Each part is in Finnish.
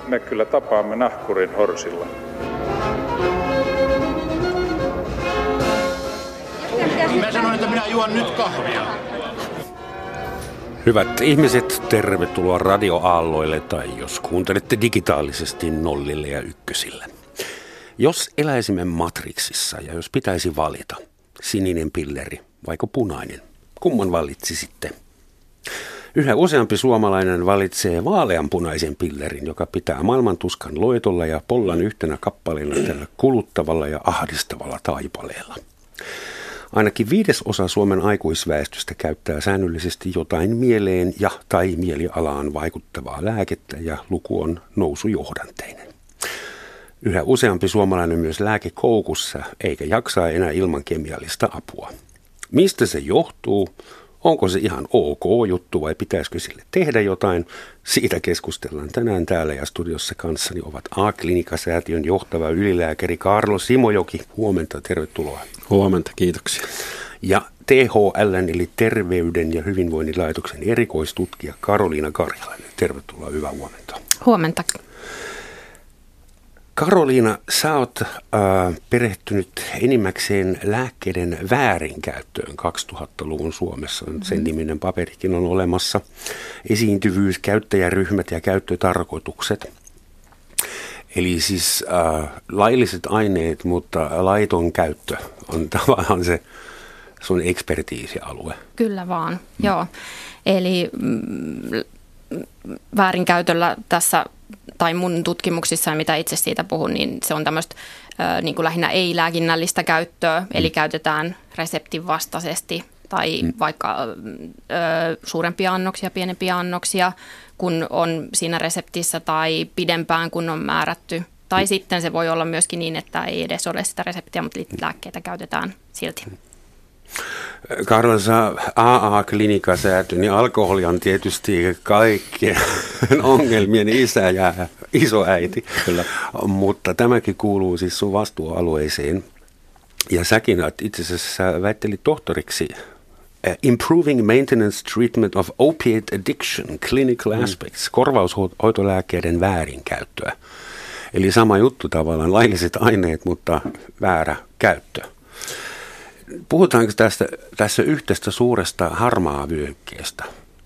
me kyllä tapaamme nahkurin horsilla. Mä sanoin, että minä juon nyt kahvia. Hyvät ihmiset, tervetuloa radioaalloille tai jos kuuntelette digitaalisesti nollille ja ykkösille. Jos eläisimme Matrixissa ja jos pitäisi valita sininen pilleri vaiko punainen, kumman valitsisitte? Yhä useampi suomalainen valitsee vaaleanpunaisen pillerin, joka pitää maailmantuskan loitolla ja pollan yhtenä kappaleella tällä kuluttavalla ja ahdistavalla taipaleella. Ainakin 1/5 Suomen aikuisväestöstä käyttää säännöllisesti jotain mieleen ja tai mielialaan vaikuttavaa lääkettä ja luku on nousujohdanteinen. Yhä useampi suomalainen myös lääkekoukussa eikä jaksaa enää ilman kemiallista apua. Mistä se johtuu? Onko se ihan ok juttu vai pitäisikö sille tehdä jotain? Siitä keskustellaan tänään täällä ja studiossa kanssani ovat A-klinikasäätiön johtava ylilääkäri Kaarlo Simojoki. Huomenta, tervetuloa. Huomenta, kiitoksia. Ja THL:n eli Terveyden ja hyvinvoinnin laitoksen erikoistutkija Karoliina Karjalainen. Tervetuloa, hyvää huomenta. Huomenta. Karoliina, sä oot perehtynyt enimmäkseen lääkkeiden väärinkäyttöön 2000-luvun Suomessa. Sen niminen paperikin on olemassa. Esiintyvyys, käyttäjäryhmät ja käyttötarkoitukset. Eli siis lailliset aineet, mutta laiton käyttö on tavallaan se sun ekspertiisialue. Kyllä vaan, joo. Eli väärinkäytöllä tässä, tai mun tutkimuksissa, mitä itse siitä puhun, niin se on tämmöistä niin kuin lähinnä ei-lääkinnällistä käyttöä, eli käytetään reseptin vastaisesti tai vaikka suurempia annoksia, pienempiä annoksia, kun on siinä reseptissä tai pidempään, kun on määrätty. Tai sitten se voi olla myöskin niin, että ei edes ole sitä reseptiä, mutta lääkkeitä käytetään silti. Karla, sä AA-klinikasäätiö, niin alkoholi on tietysti kaikkien ongelmien isä ja isoäiti, kyllä. Mutta tämäkin kuuluu siis sun vastuualueeseen. Ja säkin itse asiassa sä väittelit tohtoriksi Improving Maintenance Treatment of Opiate Addiction, Clinical Aspects, korvaushoitolääkkeiden väärinkäyttöä. Eli sama juttu tavallaan, lailliset aineet, mutta väärä käyttö. Puhutaanko tässä yhteistä suuresta harmaavyöhykkeestä?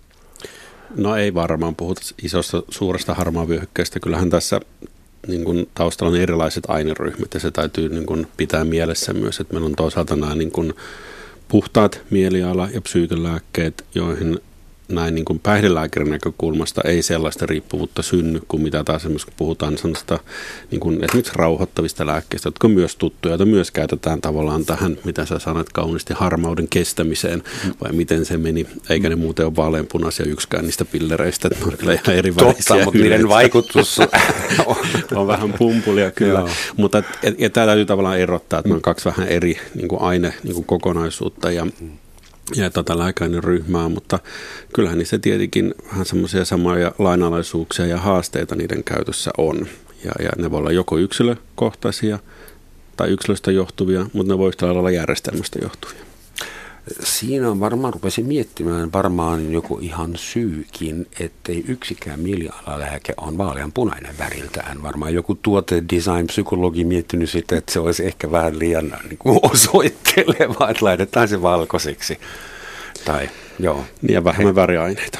No ei varmaan puhuta isosta suuresta harmaavyöhykkeestä. Kyllähän tässä niin kuin taustalla on erilaiset aineryhmät ja se täytyy niin kuin pitää mielessä myös, että meillä on toisaalta nämä niin kuin puhtaat mieliala- ja psyykelääkkeet, joihin näin niin kuin päihdelääkärin näkökulmasta ei sellaista riippuvuutta synny kuin mitä taas esimerkiksi kun puhutaan sellaista niin kuin esimerkiksi rauhoittavista lääkkeistä, jotka on myös tuttuja, joita myös käytetään tavallaan tähän, mitä sä sanoit kauniisti, harmauden kestämiseen, vai miten se meni, eikä ne muuten ole vaaleanpunaisia yksikään niistä pillereistä, että ne on kyllä ihan eri värisiä. Totta, mutta niiden vaikutus on vähän pumpulia kyllä, mutta tämä täytyy tavallaan erottaa, että ne on kaksi vähän eri niin kuin aine niin kuin kokonaisuutta ja lääkäinen ryhmää, mutta kyllähän niissä tietenkin vähän semmoisia samoja lainalaisuuksia ja haasteita niiden käytössä on. Ja ne voi olla joko yksilökohtaisia tai yksilöstä johtuvia, mutta ne voi yhtä lailla olla järjestelmästä johtuvia. Siinä on rupesin miettimään varmaan joku ihan syykin, ettei yksikään mielialalääke on vaaleanpunainen väriltään. Varmaan joku tuotedesign-psykologi miettinyt sitä, että se olisi ehkä vähän liian niin kuin osoitteleva, että laitetaan se valkoiseksi. Tai, joo. Ja vähemmän väriaineita.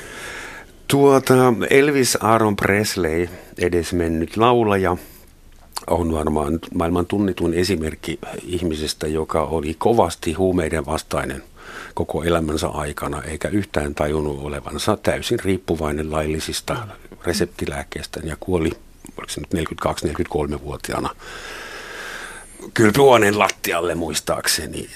Elvis Aaron Presley, edesmennyt laulaja, on varmaan maailman tunnetun esimerkki ihmisestä, joka oli kovasti huumeiden vastainen koko elämänsä aikana, eikä yhtään tajunnut olevansa täysin riippuvainen laillisista reseptilääkkeistä ja kuoli, oliko se nyt 42-43-vuotiaana, kylpyhuoneen lattialle muistaakseni.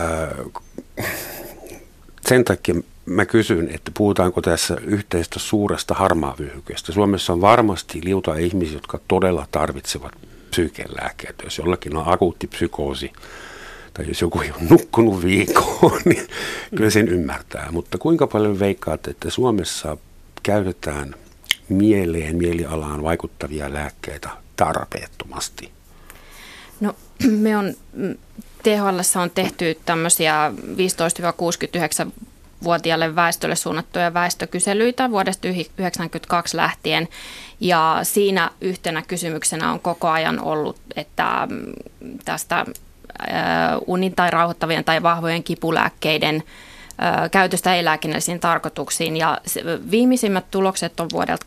Sen takia mä kysyn, että puhutaanko tässä yhteistä suuresta harmaavyöhykkeestä. Suomessa on varmasti liuta ihmisiä, jotka todella tarvitsevat psyykelääkkeitä. Jos jollakin on akuutti psykoosi tai jos joku ei ole nukkunut viikkoon, niin kyllä sen ymmärtää. Mutta kuinka paljon veikkaat, että Suomessa käytetään mielialaan vaikuttavia lääkkeitä tarpeettomasti? No THL:ssä on tehty tämmöisiä 18-vuotiaalle väestölle suunnattuja väestökyselyitä vuodesta 1992 lähtien. Ja siinä yhtenä kysymyksenä on koko ajan ollut, että tästä unin tai rauhoittavien tai vahvojen kipulääkkeiden käytöstä ei-lääkinnällisiin tarkoituksiin. Ja viimeisimmät tulokset on vuodelta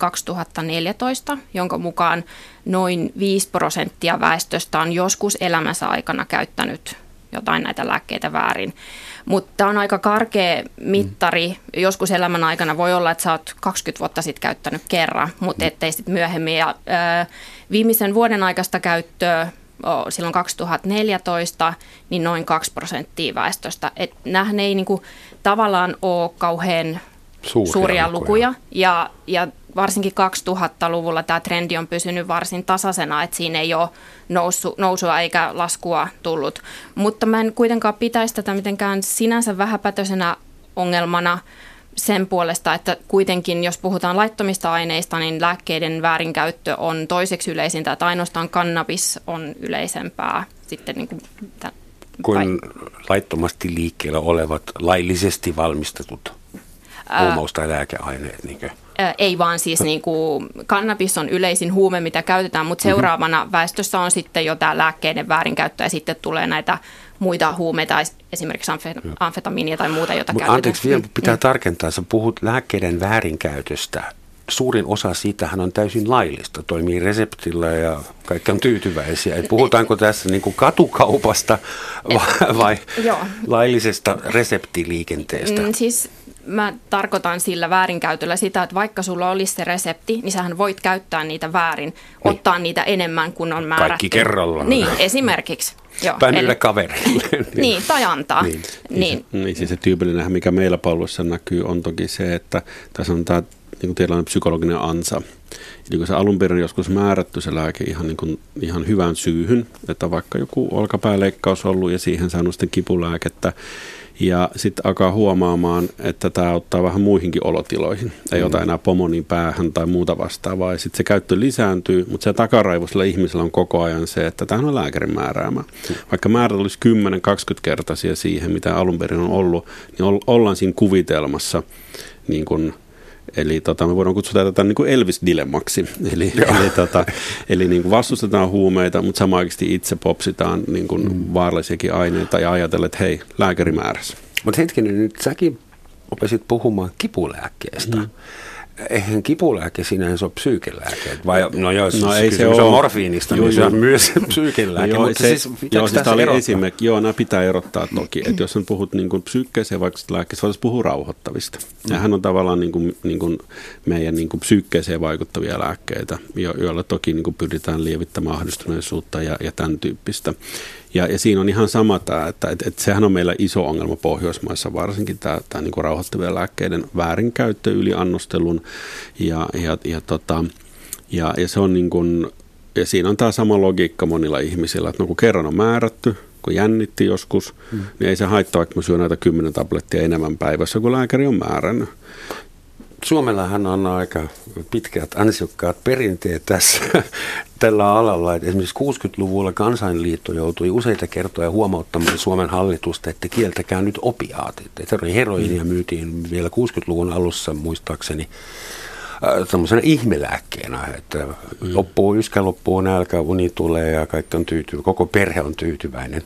2014, jonka mukaan noin 5% väestöstä on joskus elämänsä aikana käyttänyt jotain näitä lääkkeitä väärin. Mutta tämä on aika karkea mittari. Joskus elämän aikana voi olla, että sä oot 20 vuotta sitten käyttänyt kerran, mutta ettei sitten myöhemmin. Ja viimeisen vuoden aikaista käyttöä silloin 2014, niin noin 2% väestöstä. Nämähän ei niinku tavallaan ole kauhean suuria lukuja. Ja varsinkin 2000-luvulla tämä trendi on pysynyt varsin tasaisena, että siinä ei ole nousua eikä laskua tullut. Mutta mä en kuitenkaan pitäisi tätä mitenkään sinänsä vähäpätöisenä ongelmana sen puolesta, että kuitenkin jos puhutaan laittomista aineista, niin lääkkeiden väärinkäyttö on toiseksi yleisintä, että ainoastaan kannabis on yleisempää sitten niin kuin laittomasti liikkeellä olevat laillisesti valmistetut huumaus- tai lääkeaineet. Niinkö? Ei vaan siis niin kuin kannabis on yleisin huume, mitä käytetään, mutta seuraavana väestössä on sitten jo tämä lääkkeiden väärinkäyttö ja sitten tulee näitä muita huumeita, esimerkiksi amfetamiinia tai muuta, jota käytetään. Anteeksi, vielä pitää tarkentaa, sä puhut lääkkeiden väärinkäytöstä. Suurin osa siitähän on täysin laillista, toimii reseptillä ja kaikki on tyytyväisiä. Et puhutaanko tässä niin kuin katukaupasta vai laillisesta reseptiliikenteestä? Siis mä tarkoitan sillä väärinkäytöllä sitä, että vaikka sulla olisi se resepti, niin sähän voit käyttää niitä väärin, ottaa niitä enemmän kuin on määrätty. Kaikki kerrallaan. Niin, esimerkiksi. Pännyllä kavereille. Niin, tai antaa. Niin, siis se tyypillinen, mikä meillä palvelussa näkyy, on toki se, että tässä on tämä niin tietynlainen psykologinen ansa. Eli kun se alun perin joskus määrätty se lääke ihan hyvään syyhyn, että vaikka joku olkapääleikkaus on ollut ja siihen saanut sitten kipulääkettä, ja sitten alkaa huomaamaan, että tämä ottaa vähän muihinkin olotiloihin. Ei ota enää pomonin päähän tai muuta vastaavaa. Sitten se käyttö lisääntyy, mutta se takaraivoisella ihmisellä on koko ajan se, että tämä on lääkärin määräämä. Vaikka määrät olisi 10-20-kertaisia siihen, mitä alun perin on ollut, niin ollaan siinä kuvitelmassa niin kuin. Eli me voidaan kutsua tätä niin kuin Elvis-dilemmaksi. Eli niin kuin vastustetaan huumeita, mutta samaaikaisesti itse popsitaan niin kuin vaarallisiakin aineita ja ajatella, että hei, lääkäri määräsi. Mutta hetkinen, nyt säkin opesit puhumaan kipulääkkeestä. Eihän kipulääke sinänsä ole psyykelääke. Ei se on morfiinista, niin se on myös psyykelääke. Tämä oli esimerkki. Nämä pitää erottaa toki. Että jos puhut niin kuin psyykkeeseen vaikuttavista lääkkeistä, voitaisiin puhua rauhoittavista. Ja hän on tavallaan niin kuin meidän niin kuin psyykkeeseen vaikuttavia lääkkeitä, joilla toki niin kuin pyritään lievittämään ahdistuneisuutta ja tämän tyyppistä. Ja siinä on ihan sama tämä, että sehän on meillä iso ongelma Pohjoismaissa, varsinkin tämä niin kuin rauhoittavien lääkkeiden väärinkäyttö, yliannostelun ja se on niin kuin, ja siinä on tämä sama logiikka monilla ihmisillä, että kun kerran on määrätty, kun jännitti joskus, niin ei se haittaa, vaikka mä syön näitä 10 tablettia enemmän päivässä, kun lääkäri on määrännyt. Suomellahan on aika pitkät ansiokkaat perinteet tällä alalla. Että esimerkiksi 60-luvulla Kansainliitto joutui useita kertoja huomauttamaan Suomen hallitusta, että kieltäkää nyt opiaatit. Heroiinia myytiin vielä 60-luvun alussa muistaakseni tämmöisenä ihmelääkkeenä, että loppuu yskä, loppuu nälkä, uni tulee ja kaikki on koko perhe on tyytyväinen.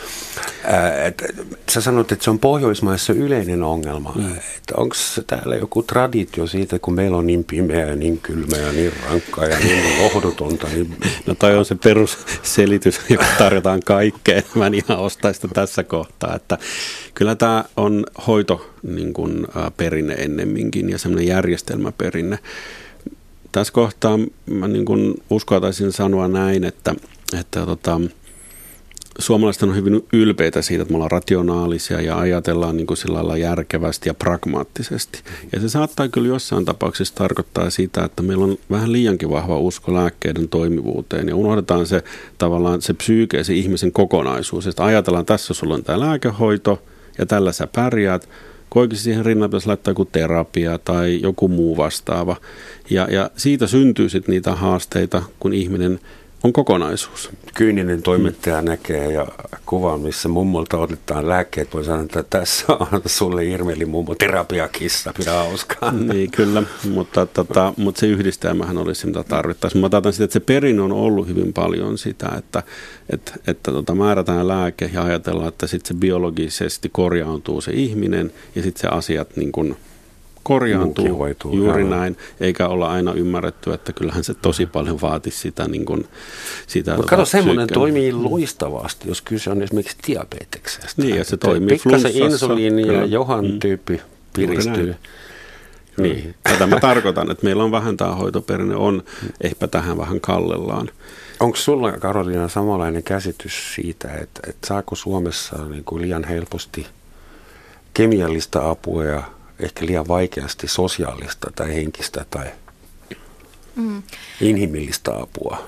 Sä sanot, että se on Pohjoismaissa yleinen ongelma. Onko täällä joku traditio siitä, kun meillä on niin pimeä ja niin kylmä ja niin rankkaa ja niin lohdutonta? Niin. No toi on se perusselitys, joka tarjotaan kaikkeen. Mä en ihan ostaisi sitä tässä kohtaa. Että kyllä tämä on hoito niin kuin, perinne ennemminkin ja semmoinen järjestelmäperinne. Tässä kohtaa mä niin kuin uskaltaisin sanoa näin, että suomalaiset on hyvin ylpeitä siitä, että me ollaan rationaalisia ja ajatellaan niin kuin sillä lailla järkevästi ja pragmaattisesti. Ja se saattaa kyllä jossain tapauksessa tarkoittaa sitä, että meillä on vähän liiankin vahva usko lääkkeiden toimivuuteen ja unohdetaan se tavallaan se psyyke ja se ihmisen kokonaisuus. Että ajatellaan, että tässä sulla on tämä lääkehoito ja tällä sä pärjäät. Oikeasti siihen rinnalle pitäisi laittaa joku terapia tai joku muu vastaava. Ja siitä syntyy sitten niitä haasteita, kun ihminen on kokonaisuus. Kyyninen toimittaja näkee ja kuvan, missä mummolta otetaan lääkkeet. Voi sanoa, että tässä on sulle Irmeli mummo terapiakissa, pidä hauskaa. Niin kyllä, mutta se yhdistelmähän olisi mitä tarvittaisiin. Mä otan sitä, että se perin on ollut hyvin paljon sitä, että määrätään lääke ja ajatellaan, että sitten se biologisesti korjaantuu se ihminen ja sitten se asiat niin kuin korjaantuu juuri näin, eikä olla aina ymmärretty, että kyllähän se tosi paljon vaatisi sitä. Niin kuin, sitä kato, semmoinen toimii loistavasti, jos kyse on esimerkiksi diabeteksestä. Niin, ja se toimii flunssassa. Pikkasen insuliini ja Johan tyyppi piristyy. Niin. Tätä mä tarkoitan, että meillä on vähän tämä hoitoperinne, on ehkä tähän vähän kallellaan. Onko sulla, Karoliina, samanlainen käsitys siitä, että saako Suomessa niin kuin liian helposti kemiallista apua ja ehkä liian vaikeasti sosiaalista tai henkistä tai inhimillistä apua?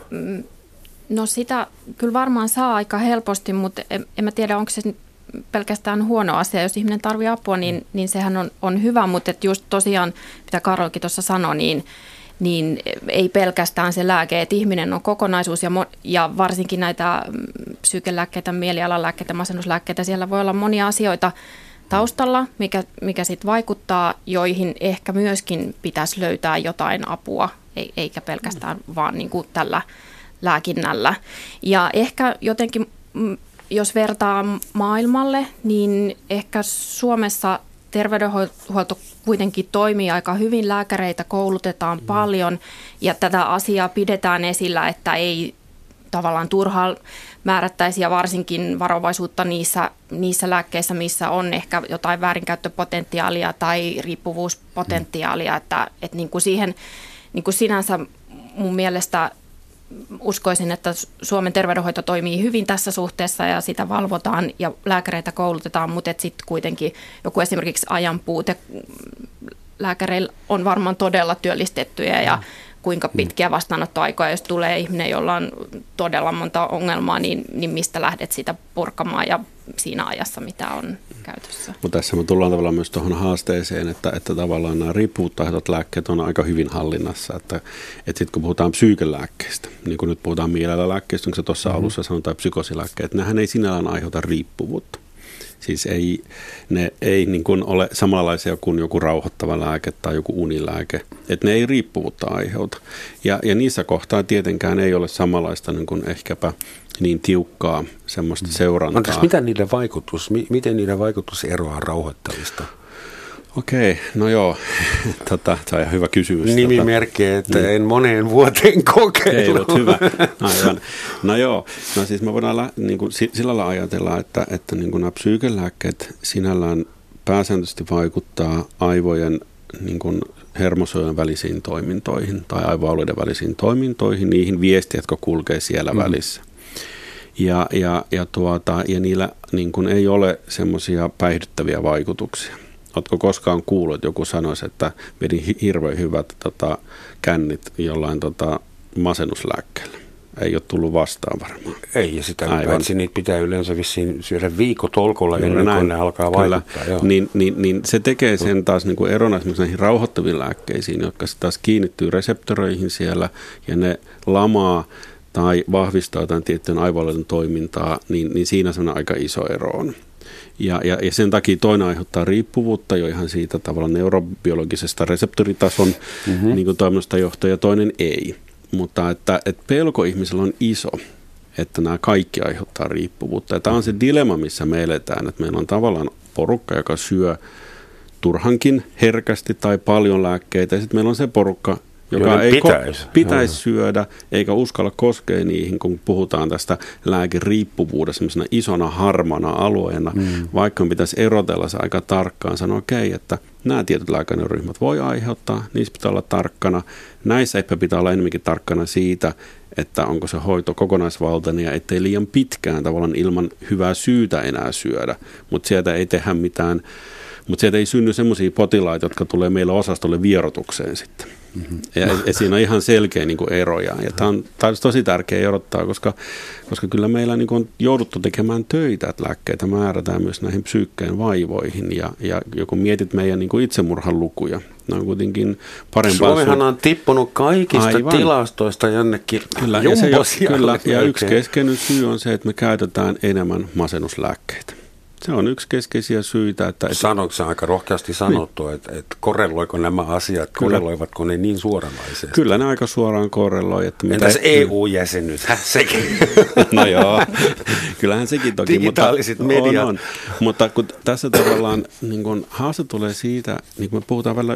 No sitä kyllä varmaan saa aika helposti, mutta en mä tiedä, onko se pelkästään huono asia. Jos ihminen tarvitsee apua, niin sehän on hyvä, mutta että just tosiaan, mitä Karolkin tuossa sanoi, niin ei pelkästään se lääke, että ihminen on kokonaisuus ja varsinkin näitä psyykelääkkeitä, mielialalääkkeitä, masennuslääkkeitä, siellä voi olla monia asioita taustalla, mikä sitten vaikuttaa, joihin ehkä myöskin pitäisi löytää jotain apua, eikä pelkästään vaan niin kuin tällä lääkinnällä. Ja ehkä jotenkin, jos vertaa maailmalle, niin ehkä Suomessa terveydenhuolto kuitenkin toimii aika hyvin, lääkäreitä koulutetaan paljon ja tätä asiaa pidetään esillä, että ei tavallaan turhaan määrättäisi ja varsinkin varovaisuutta niissä lääkkeissä, missä on ehkä jotain väärinkäyttöpotentiaalia tai riippuvuuspotentiaalia, että niin kuin siihen niin kuin sinänsä mun mielestä uskoisin, että Suomen terveydenhoito toimii hyvin tässä suhteessa ja sitä valvotaan ja lääkäreitä koulutetaan, mutta sitten kuitenkin joku esimerkiksi ajan puute lääkäreillä on varmaan todella työllistettyjä ja kuinka pitkiä vastaanottoaikoja, jos tulee ihminen, jolla on todella monta ongelmaa, niin mistä lähdet sitä purkamaan ja siinä ajassa, mitä on käytössä. Mutta tässä me tullaan tavallaan myös tuohon haasteeseen, että tavallaan nämä riippuvuutta aiheuttavat lääkkeet on aika hyvin hallinnassa. Että sitten kun puhutaan psyykelääkkeistä, niin kuin nyt puhutaan mielialalääkkeistä, onko se tuossa alussa sanotaan psykosilääkkeet, nehän ei sinällään aiheuta riippuvuutta. Siis ne ei niin kuin ole samanlaisia kuin joku rauhoittava lääke tai joku unilääke, että ne ei riippuvuutta aiheuta. Ja niissä kohtaa tietenkään ei ole samanlaista niin kuin ehkäpä niin tiukkaa semmoista seurantaa. Anteeksi, miten niiden vaikutus eroaa rauhoittavista? Okei, no joo, se on ihan hyvä kysymys. Nimimerkki, että en moneen vuoteen kokeillut. Ei, hyvä, aivan. No joo, no siis me voidaan niin kuin sillä lailla ajatella, että niin kuin nämä psyykelääkkeet sinällään pääsääntöisesti vaikuttaa aivojen niin kuin hermosojen välisiin toimintoihin tai aivoalueiden välisiin toimintoihin, niihin viesteihin, jotka kulkee siellä välissä. Ja niillä niin kuin ei ole semmoisia päihdyttäviä vaikutuksia. Oletko koskaan kuullut, että joku sanoisi, että vedin hirveän hyvät kännit jollain masennuslääkkeellä? Ei ole tullut vastaan varmaan. Ei, ja sitä paitsi niitä pitää yleensä vissiin syödä viikotolkulla ennen kuin ne alkaa vaikuttaa. Niin se tekee sen taas niin kuin erona esimerkiksi näihin rauhoittaviin lääkkeisiin, jotka taas kiinnittyy reseptoreihin siellä ja ne lamaa tai vahvistaa jotain tiettyjen aivoalueiden toimintaa, niin siinä semmoinen aika iso ero on. Ja sen takia toinen aiheuttaa riippuvuutta jo ihan siitä tavallaan neurobiologisesta reseptoritason niin kuin toiminnasta johtuen ja toinen ei. Mutta että pelko ihmisellä on iso, että nämä kaikki aiheuttaa riippuvuutta. Ja tämä on se dilemma, missä me eletään, että meillä on tavallaan porukka, joka syö turhankin herkästi tai paljon lääkkeitä. Ja sitten meillä on se porukka, joka ei pitäisi syödä eikä uskalla koskea niihin, kun puhutaan tästä lääkeriippuvuudesta sellaisena isona harmana alueena, vaikka pitäisi erotella se aika tarkkaan, sanoa okei, että nämä tietyt lääkäryhmät voi aiheuttaa, niissä pitää olla tarkkana. Näissä ei pitää olla enemmänkin tarkkana siitä, että onko se hoito kokonaisvaltainen ja ettei liian pitkään tavallaan ilman hyvää syytä enää syödä, mutta sieltä ei tehdä mitään, mutta sieltä ei synny semmoisia potilaita, jotka tulee meillä osastolle vierotukseen sitten. Ja siinä on ihan selkeä niin kuin eroja. Ja tämä on tosi tärkeää erottaa, koska kyllä meillä niin kuin on jouduttu tekemään töitä, että lääkkeitä määrätään myös näihin psyykkeen vaivoihin. Ja kun mietit meidän niin kuin itsemurhan lukuja, ne on kuitenkin parempaa. Suomihan on tippunut kaikista tilastoista jonnekin. Kyllä, ja yksi keskeinen syy on se, että me käytetään enemmän masennuslääkkeitä. Se on yksi keskeisiä syitä. Sanoiko se aika rohkeasti sanottu, että korreloiko nämä asiat, korreloivatko ne niin suoranaisesti? Kyllä ne aika suoraan korreloi. Entäs EU-jäsenyys? Sekin. No joo, kyllähän sekin toki. Digitaaliset mediat. On. Mutta kun tässä tavallaan niin kun haaste tulee siitä, niin kun me puhutaan välillä,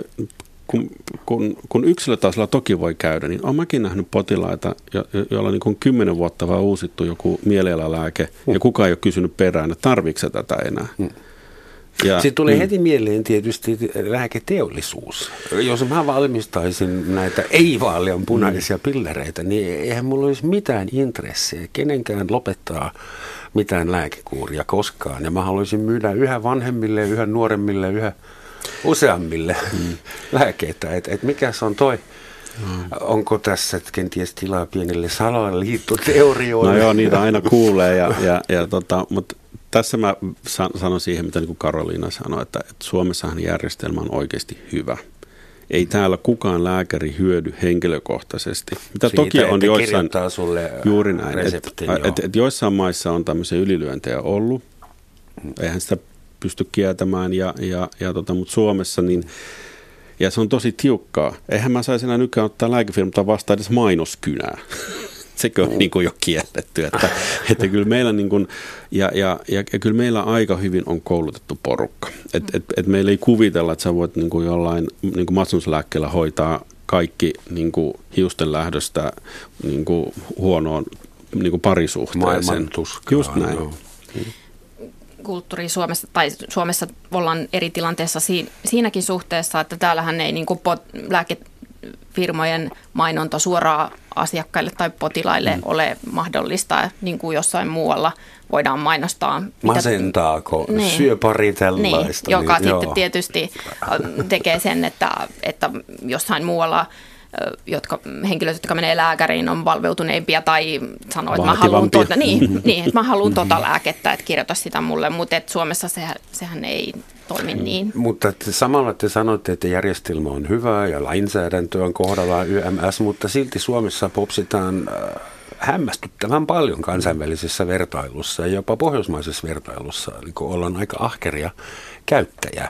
kun yksilötasolla toki voi käydä, niin olen mäkin nähnyt potilaita, joilla niin kuin 10 vuotta vaan uusittu joku mielialalääke, ja kukaan ei ole kysynyt perään, että tarvitsetko sä tätä enää. Sitten tulee heti mieleen tietysti lääketeollisuus. Jos mä valmistaisin näitä ei-vaaleanpunaisia pillereitä, niin eihän mulla olisi mitään intressejä kenenkään lopettaa mitään lääkekuuria koskaan. Ja mä haluaisin myydä yhä vanhemmille, yhä nuoremmille, yhä useammille lääkkeitä. Et mikä se on toi? Onko tässä kenties tilaa pienelle salaliittoteorioille? No joo, niitä aina kuulee, mutta tässä mä sanon siihen, mitä niin kuin Karoliina sanoi, että Suomessahan järjestelmä on oikeasti hyvä. Ei täällä kukaan lääkäri hyödy henkilökohtaisesti. Mitä siitä, toki on joissain, juuri näin, että joissain maissa on tämmöisiä ylilyöntejä ollut. Eihän sitä pysty kieltämään, mutta Suomessa niin, ja se on tosi tiukkaa. Eihän mä saisi enää nykyään ottaa lääkefirmalta vastaan edes mainoskynää. Sekö on niin kuin jo kielletty, että kyllä meillä niin kuin, ja kyllä meillä aika hyvin on koulutettu porukka. Et meillä ei kuvitella, että sä voit niin kuin jollain niin kuin masennuslääkkeellä hoitaa kaikki niin kuin hiusten lähdöstä niin kuin huonoon niin kuin parisuhteeseen. Maailmantuskaan. Just näin. No. Kulttuuri Suomessa ollaan eri tilanteessa siinäkin suhteessa, että täällähän ei niin kuin lääkefirmojen mainonta suoraan asiakkaille tai potilaille ole mahdollista, niin kuin jossain muualla voidaan mainostaa. Masentaako? Syö pari tällaista. Niin, joka sitten tietysti tekee sen, että jossain muualla henkilöt, jotka menee lääkäriin, on valveutuneimpia tai sanoo, että mä haluan tota lääkettä, että kirjoita sitä mulle, mutta Suomessa sehän ei toimi niin. Mutta samalla te sanotte, että järjestelmä on hyvä ja lainsäädäntö on kohdallaan YMS, mutta silti Suomessa popsitaan hämmästyttävän paljon kansainvälisessä vertailussa ja jopa pohjoismaisessa vertailussa, niin kun ollaan aika ahkeria käyttäjä.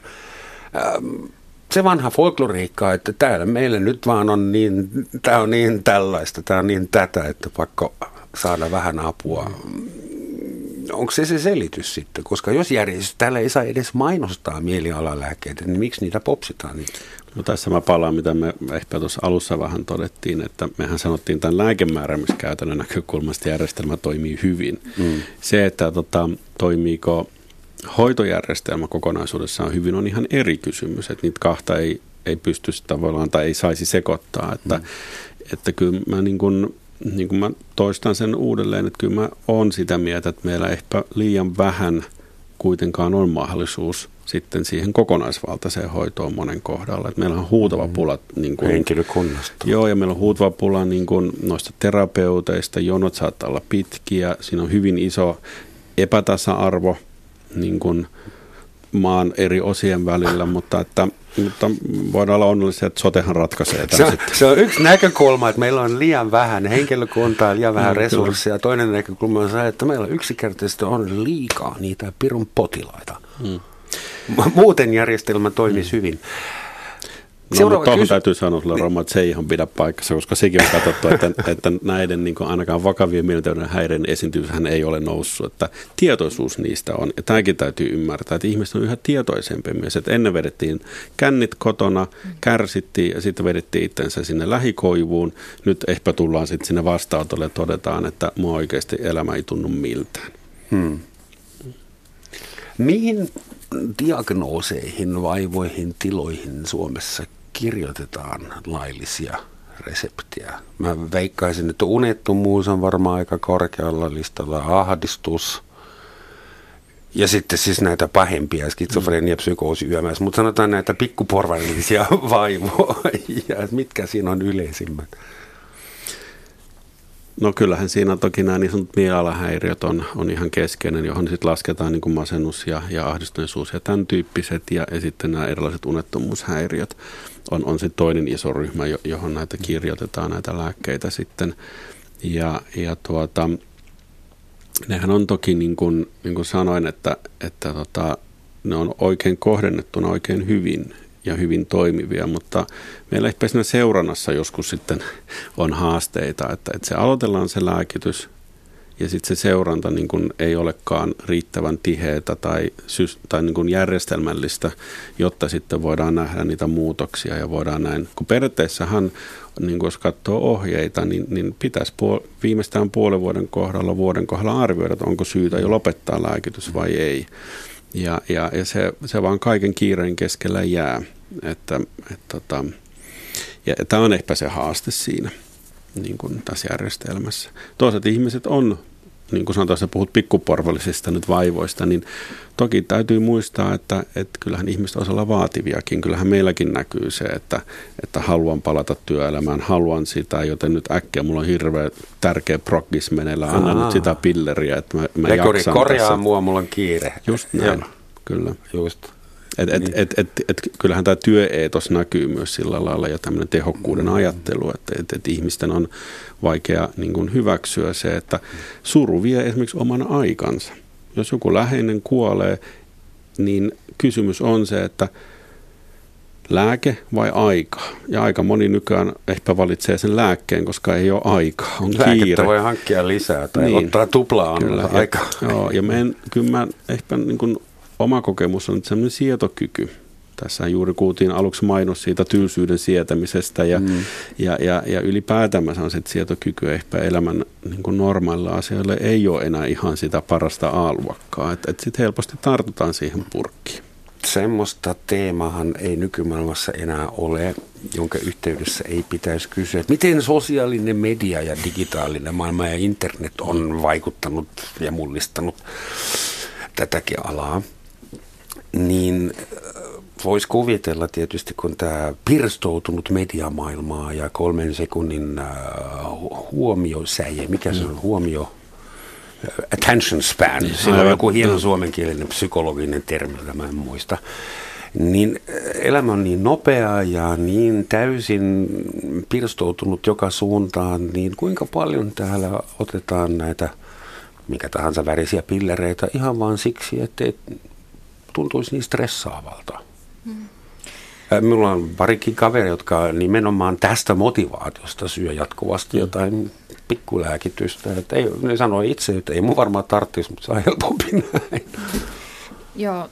Se vanha folkloriikka, että täällä meillä nyt vaan on niin, tämä on niin tällaista, tämä on niin tätä, että pakko saada vähän apua. Onko se selitys sitten? Koska jos täällä ei saa edes mainostaa mielialalääkkeitä, niin miksi niitä popsitaan? No tässä mä palaan, mitä me ehkä tuossa alussa vähän todettiin, että mehän sanottiin tämän lääkemääräämiskäytännön näkökulmasta järjestelmä toimii hyvin. Se, että toimiiko hoitojärjestelmä kokonaisuudessaan hyvin, on ihan eri kysymys, että niitä kahta ei pysty tavallaan tai ei saisi sekoittaa, että kyllä mä niin kuin mä toistan sen uudelleen, että kyllä mä oon sitä mieltä, että meillä ehkä liian vähän kuitenkaan on mahdollisuus sitten siihen kokonaisvaltaiseen hoitoon monen kohdalla. Että meillä on huutava pula niin kuin henkilökunnasta. Joo, ja meillä on huutava pula niin kuin noista terapeuteista, jonot saattaa olla pitkiä, siinä on hyvin iso epätasa-arvo niin kuin maan eri osien välillä, mutta voidaan olla onnellisia, että sotehan ratkaisee tämän. Se on yksi näkökulma, että meillä on liian vähän henkilökuntaa, liian vähän resursseja. Toinen näkökulma on se, että meillä yksinkertaisesti on liikaa niitä pirun potilaita. Muuten järjestelmä toimisi hyvin. No, mutta tuohon täytyy sanoa sulle, Roma, että se ei ihan pidä paikassa, koska sekin on katsottu, että näiden niin kuin ainakaan vakavien mielenterveyden häiriöiden esiintyvyyshän ei ole noussut, että tietoisuus niistä on. Ja tämäkin täytyy ymmärtää, että ihmiset on yhä tietoisempi myös, että ennen vedettiin kännit kotona, kärsittiin ja sitten vedettiin itsensä sinne lähikoivuun. Nyt ehkä tullaan sitten sinne vastaanotolle ja todetaan, että mua oikeasti elämä ei tunnu miltään. Mihin diagnooseihin, vaivoihin, tiloihin Suomessa kirjoitetaan laillisia reseptiä? Mä veikkaisin, että unettomuus on varmaan aika korkealla listalla, ahdistus Ja sitten siis näitä pahempia skitsofrenia, psykoosi, yömässä, mutta sanotaan näitä pikkuporvarillisia vaivoja. Mitkä siinä on yleisimmät? No kyllähän siinä toki nämä niin sanotut mielialahäiriöt on ihan keskeinen, johon sitten lasketaan niin kuin masennus ja ahdistuneisuus ja tämän tyyppiset. Ja sitten nämä erilaiset unettomuushäiriöt on sitten toinen iso ryhmä, johon näitä kirjoitetaan, näitä lääkkeitä sitten. Nehän on toki niin kuin sanoin, että ne on oikein kohdennettuna oikein hyvin ja hyvin toimivia, mutta meillä ehkä siinä seurannassa joskus sitten on haasteita, että se aloitellaan se lääkitys ja sitten se seuranta niin kuin ei olekaan riittävän tiheätä tai niin kuin järjestelmällistä, jotta sitten voidaan nähdä niitä muutoksia ja voidaan näin. Kun periaatteessahan, niin jos katsoo ohjeita, niin pitäisi viimeistään puolen vuoden kohdalla arvioida, että onko syytä jo lopettaa lääkitys vai ei. Ja se vaan kaiken kiireen keskellä jää. Ja tämä on ehkä se haaste siinä niin kuin tässä järjestelmässä. Toisaalta ihmiset on, niin kuin sanotaan, että puhut pikkuporvallisista nyt vaivoista, niin toki täytyy muistaa, että kyllähän ihmiset on olla vaativiakin. Kyllähän meilläkin näkyy se, että haluan palata työelämään, haluan sitä, joten nyt äkkiä mulla on hirveän tärkeä proggis meneillä. Anna nyt sitä pilleriä, että mä jaksan korjaa tässä. Mua, mulla on kiire. Just näin, kyllä. Just. Kyllähän tämä työeetos näkyy myös sillä lailla ja tämmöinen tehokkuuden ajattelu, että ihmisten on vaikea niin kuin hyväksyä se, että suru vie esimerkiksi oman aikansa. Jos joku läheinen kuolee, niin kysymys on se, että lääke vai aika? Ja aika moni nykyään ehkä valitsee sen lääkkeen, koska ei ole aikaa, on kiire. Lääkettä voi hankkia lisää tai ottaa tuplaa aikaa. Joo, ja kyllä mä ehkä niin kuin oma kokemus on sellainen sietokyky. Tässä juuri kuultiin aluksi mainos siitä tylsyyden sietämisestä ja ylipäätään mä sanon, että sietokyky ehkä elämän niin kuin normaalilla asioilla ei ole enää ihan sitä parasta aalluakkaa. Että sitten helposti tartutaan siihen purkkiin. Semmoista teemahan ei nykymaailmassa enää ole, jonka yhteydessä ei pitäisi kysyä, että miten sosiaalinen media ja digitaalinen maailma ja internet on vaikuttanut ja mullistanut tätäkin alaa. Niin voisi kuvitella tietysti, kun tämä pirstoutunut mediamaailmaa ja 3 sekunnin huomiosäje, mikä se on huomio, attention span, siinä on joku hieno suomenkielinen psykologinen termi, mä en muista, niin elämä on niin nopeaa ja niin täysin pirstoutunut joka suuntaan, niin kuinka paljon täällä otetaan näitä mikä tahansa värisiä pillereitä ihan vaan siksi, ettei tuntuisi niin stressaavalta. Minulla on parikin kaveri, jotka nimenomaan tästä motivaatiosta syö jatkuvasti jotain pikkulääkitystä. Että ei, ne sanoo itse, että ei mun varmaan tarvitsisi, mutta se on helpompi näin. Joo,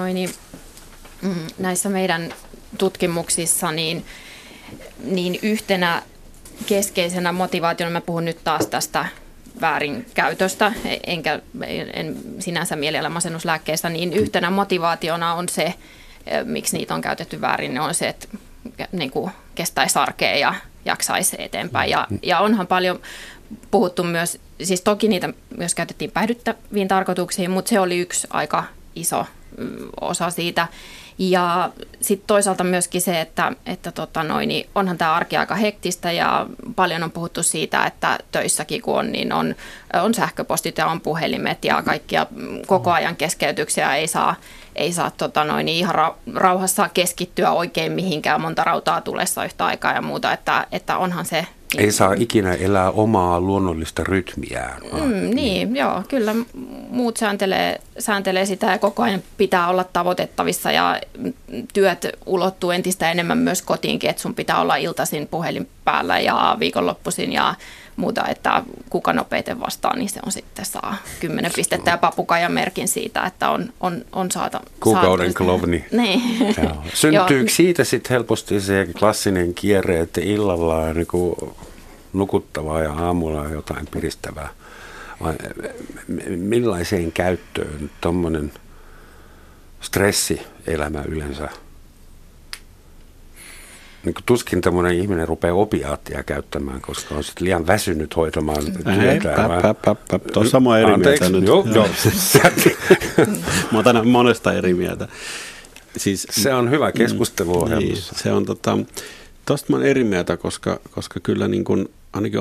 näissä meidän tutkimuksissa niin yhtenä keskeisenä motivaationa, mä puhun nyt taas tästä väärinkäytöstä, en sinänsä mielialamasennuslääkkeestä, niin yhtenä motivaationa on se, miksi niitä on käytetty väärin, on se, että niin kuin kestäisi arkea ja jaksaisi eteenpäin. Ja onhan paljon puhuttu myös, siis toki niitä myös käytettiin päihdyttäviin tarkoituksiin, mutta se oli yksi aika iso osa siitä. Ja sitten toisaalta myöskin se, että onhan tämä arki aika hektistä ja paljon on puhuttu siitä, että töissäkin kun on, niin on sähköpostit ja on puhelimet ja kaikkia koko ajan keskeytyksiä ei saa ihan rauhassa keskittyä oikein mihinkään, monta rautaa tulessa yhtä aikaa ja muuta, että onhan se. Ei saa ikinä elää omaa luonnollista rytmiään. Niin, joo, kyllä muut sääntelee sitä ja koko ajan pitää olla tavoitettavissa ja työt ulottuu entistä enemmän myös kotiinkin, että sun pitää olla iltaisin puhelin päällä ja viikonloppuisin ja muuta, että kuka nopeiten vastaa, niin se on sitten saa 10 pistettä ja papukaijan merkin siitä, että on saata. Kuukauden klovni. Niin. Syntyykö siitä sitten helposti se klassinen kierre, että illalla on niin nukuttavaa ja aamulla on jotain piristävää? Vai millaiseen käyttöön tuommoinen stressielämä yleensä niin tuskin tämmöinen ihminen rupeaa opiaattia käyttämään, koska on sitten liian väsynyt hoitamaan työtään. Tuossa sama eri mieltä nyt. Joo. Mä otan monesta eri mieltä. Siis, se on hyvä keskusteluohjelma. Niin, se on tosta mä oon eri mieltä, koska kyllä niin kun, ainakin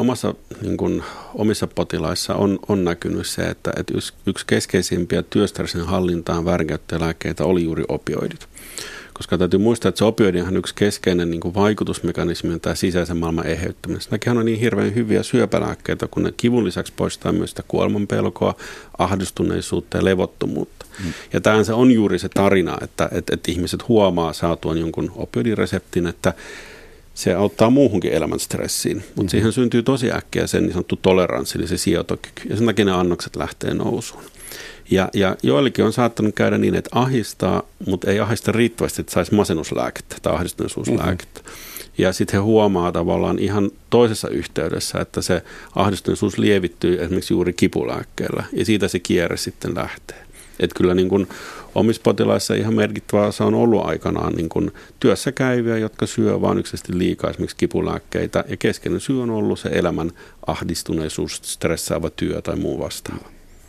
omissa potilaissa on näkynyt se, että yksi keskeisimpiä työstressin hallintaan väärinkäyttölääkkeitä oli juuri opioidit. Koska täytyy muistaa, että se opioidin on yksi keskeinen niin kuin vaikutusmekanismi on tämä sisäisen maailman eheyttäminen. Nämäkin on niin hirveän hyviä syöpälääkkeitä, kun ne kivun lisäksi poistaa myös sitä kuolemanpelkoa, ahdistuneisuutta ja levottomuutta. Ja tämähän se on juuri se tarina, että ihmiset huomaa saatuaan jonkun opioidireseptin, että se auttaa muuhunkin elämän stressiin, mutta siihen syntyy tosi äkkiä sen niin sanottu toleranssi, eli se sietokyky. Ja sen takia ne annokset lähtee nousuun. Ja joillekin on saattanut käydä niin, että ahistaa, mutta ei ahista riittävästi, että saisi masennuslääkettä tai ahdistuneisuuslääkettä. Ja sitten he huomaa tavallaan ihan toisessa yhteydessä, että se ahdistuneisuus lievittyy esimerkiksi juuri kipulääkkeellä. Ja siitä se kierre sitten lähtee. Että kyllä niin kuin omissa potilaissa ihan merkittävä osa on ollut aikanaan niin kuin työssä käyviä, jotka syö vaan yksisesti liikaa esimerkiksi kipulääkkeitä. Ja keskeinen syy on ollut se elämän ahdistuneisuus, stressaava työ tai muu vastaava.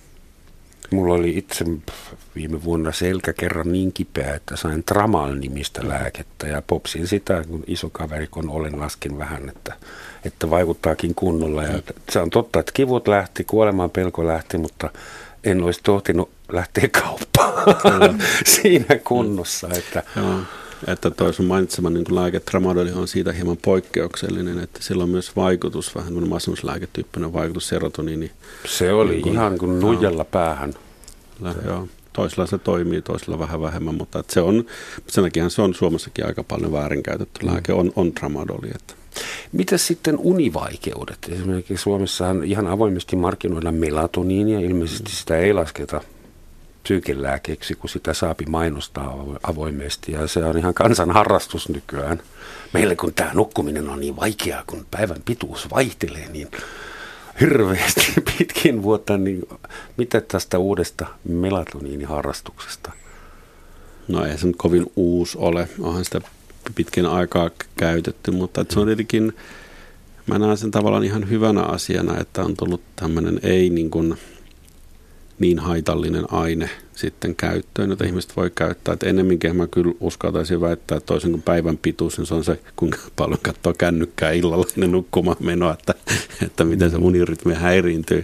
Mulla oli itse viime vuonna selkä kerran niin kipeä, että sain Tramal-nimistä lääkettä ja popsin sitä, kun iso kaveri, kun olen laskin vähän, että vaikuttaakin kunnolla. Ja se on totta, että kivut lähti, kuoleman pelko lähti, mutta en olisi tohtinut lähteä kauppaan siinä kunnossa. Että toi sun mainitsema niin lääke Tramadol on siitä hieman poikkeuksellinen, että sillä on myös vaikutus, vähän kuin masennuslääketyyppinen vaikutus serotoniini. Se oli niin ihan kuin nuijalla päähän. Joo. Toisella se toimii, toisella vähän vähemmän, mutta että sen takia se on Suomessakin aika paljon väärinkäytetty lääke, on Tramadoli. Mitäs sitten univaikeudet? Esimerkiksi Suomessahan ihan avoimesti markkinoidaan melatoniinia, ilmeisesti sitä ei lasketa psyykelääkeeksi, kun sitä saapi mainostaa avoimesti, ja se on ihan kansan harrastus nykyään. Meille kun tämä nukkuminen on niin vaikeaa, kun päivän pituus vaihtelee niin hirveästi pitkin vuotta, niin mitä tästä uudesta melatoniiniharrastuksesta? No ei se nyt kovin uusi ole, onhan sitä pitkin aikaa käytetty, mutta se on tietenkin, mä näen sen tavallaan ihan hyvänä asiana, että on tullut tämmöinen ei niin haitallinen aine sitten käyttöön, jota ihmiset voi käyttää. Että ennemminkin mä kyllä uskaltaisin väittää, että toisin kuin päivän pituus, niin se on se, kuinka paljon katsoo kännykkää illalla ennen nukkumaan menoa, että miten se unirytmi häiriintyy.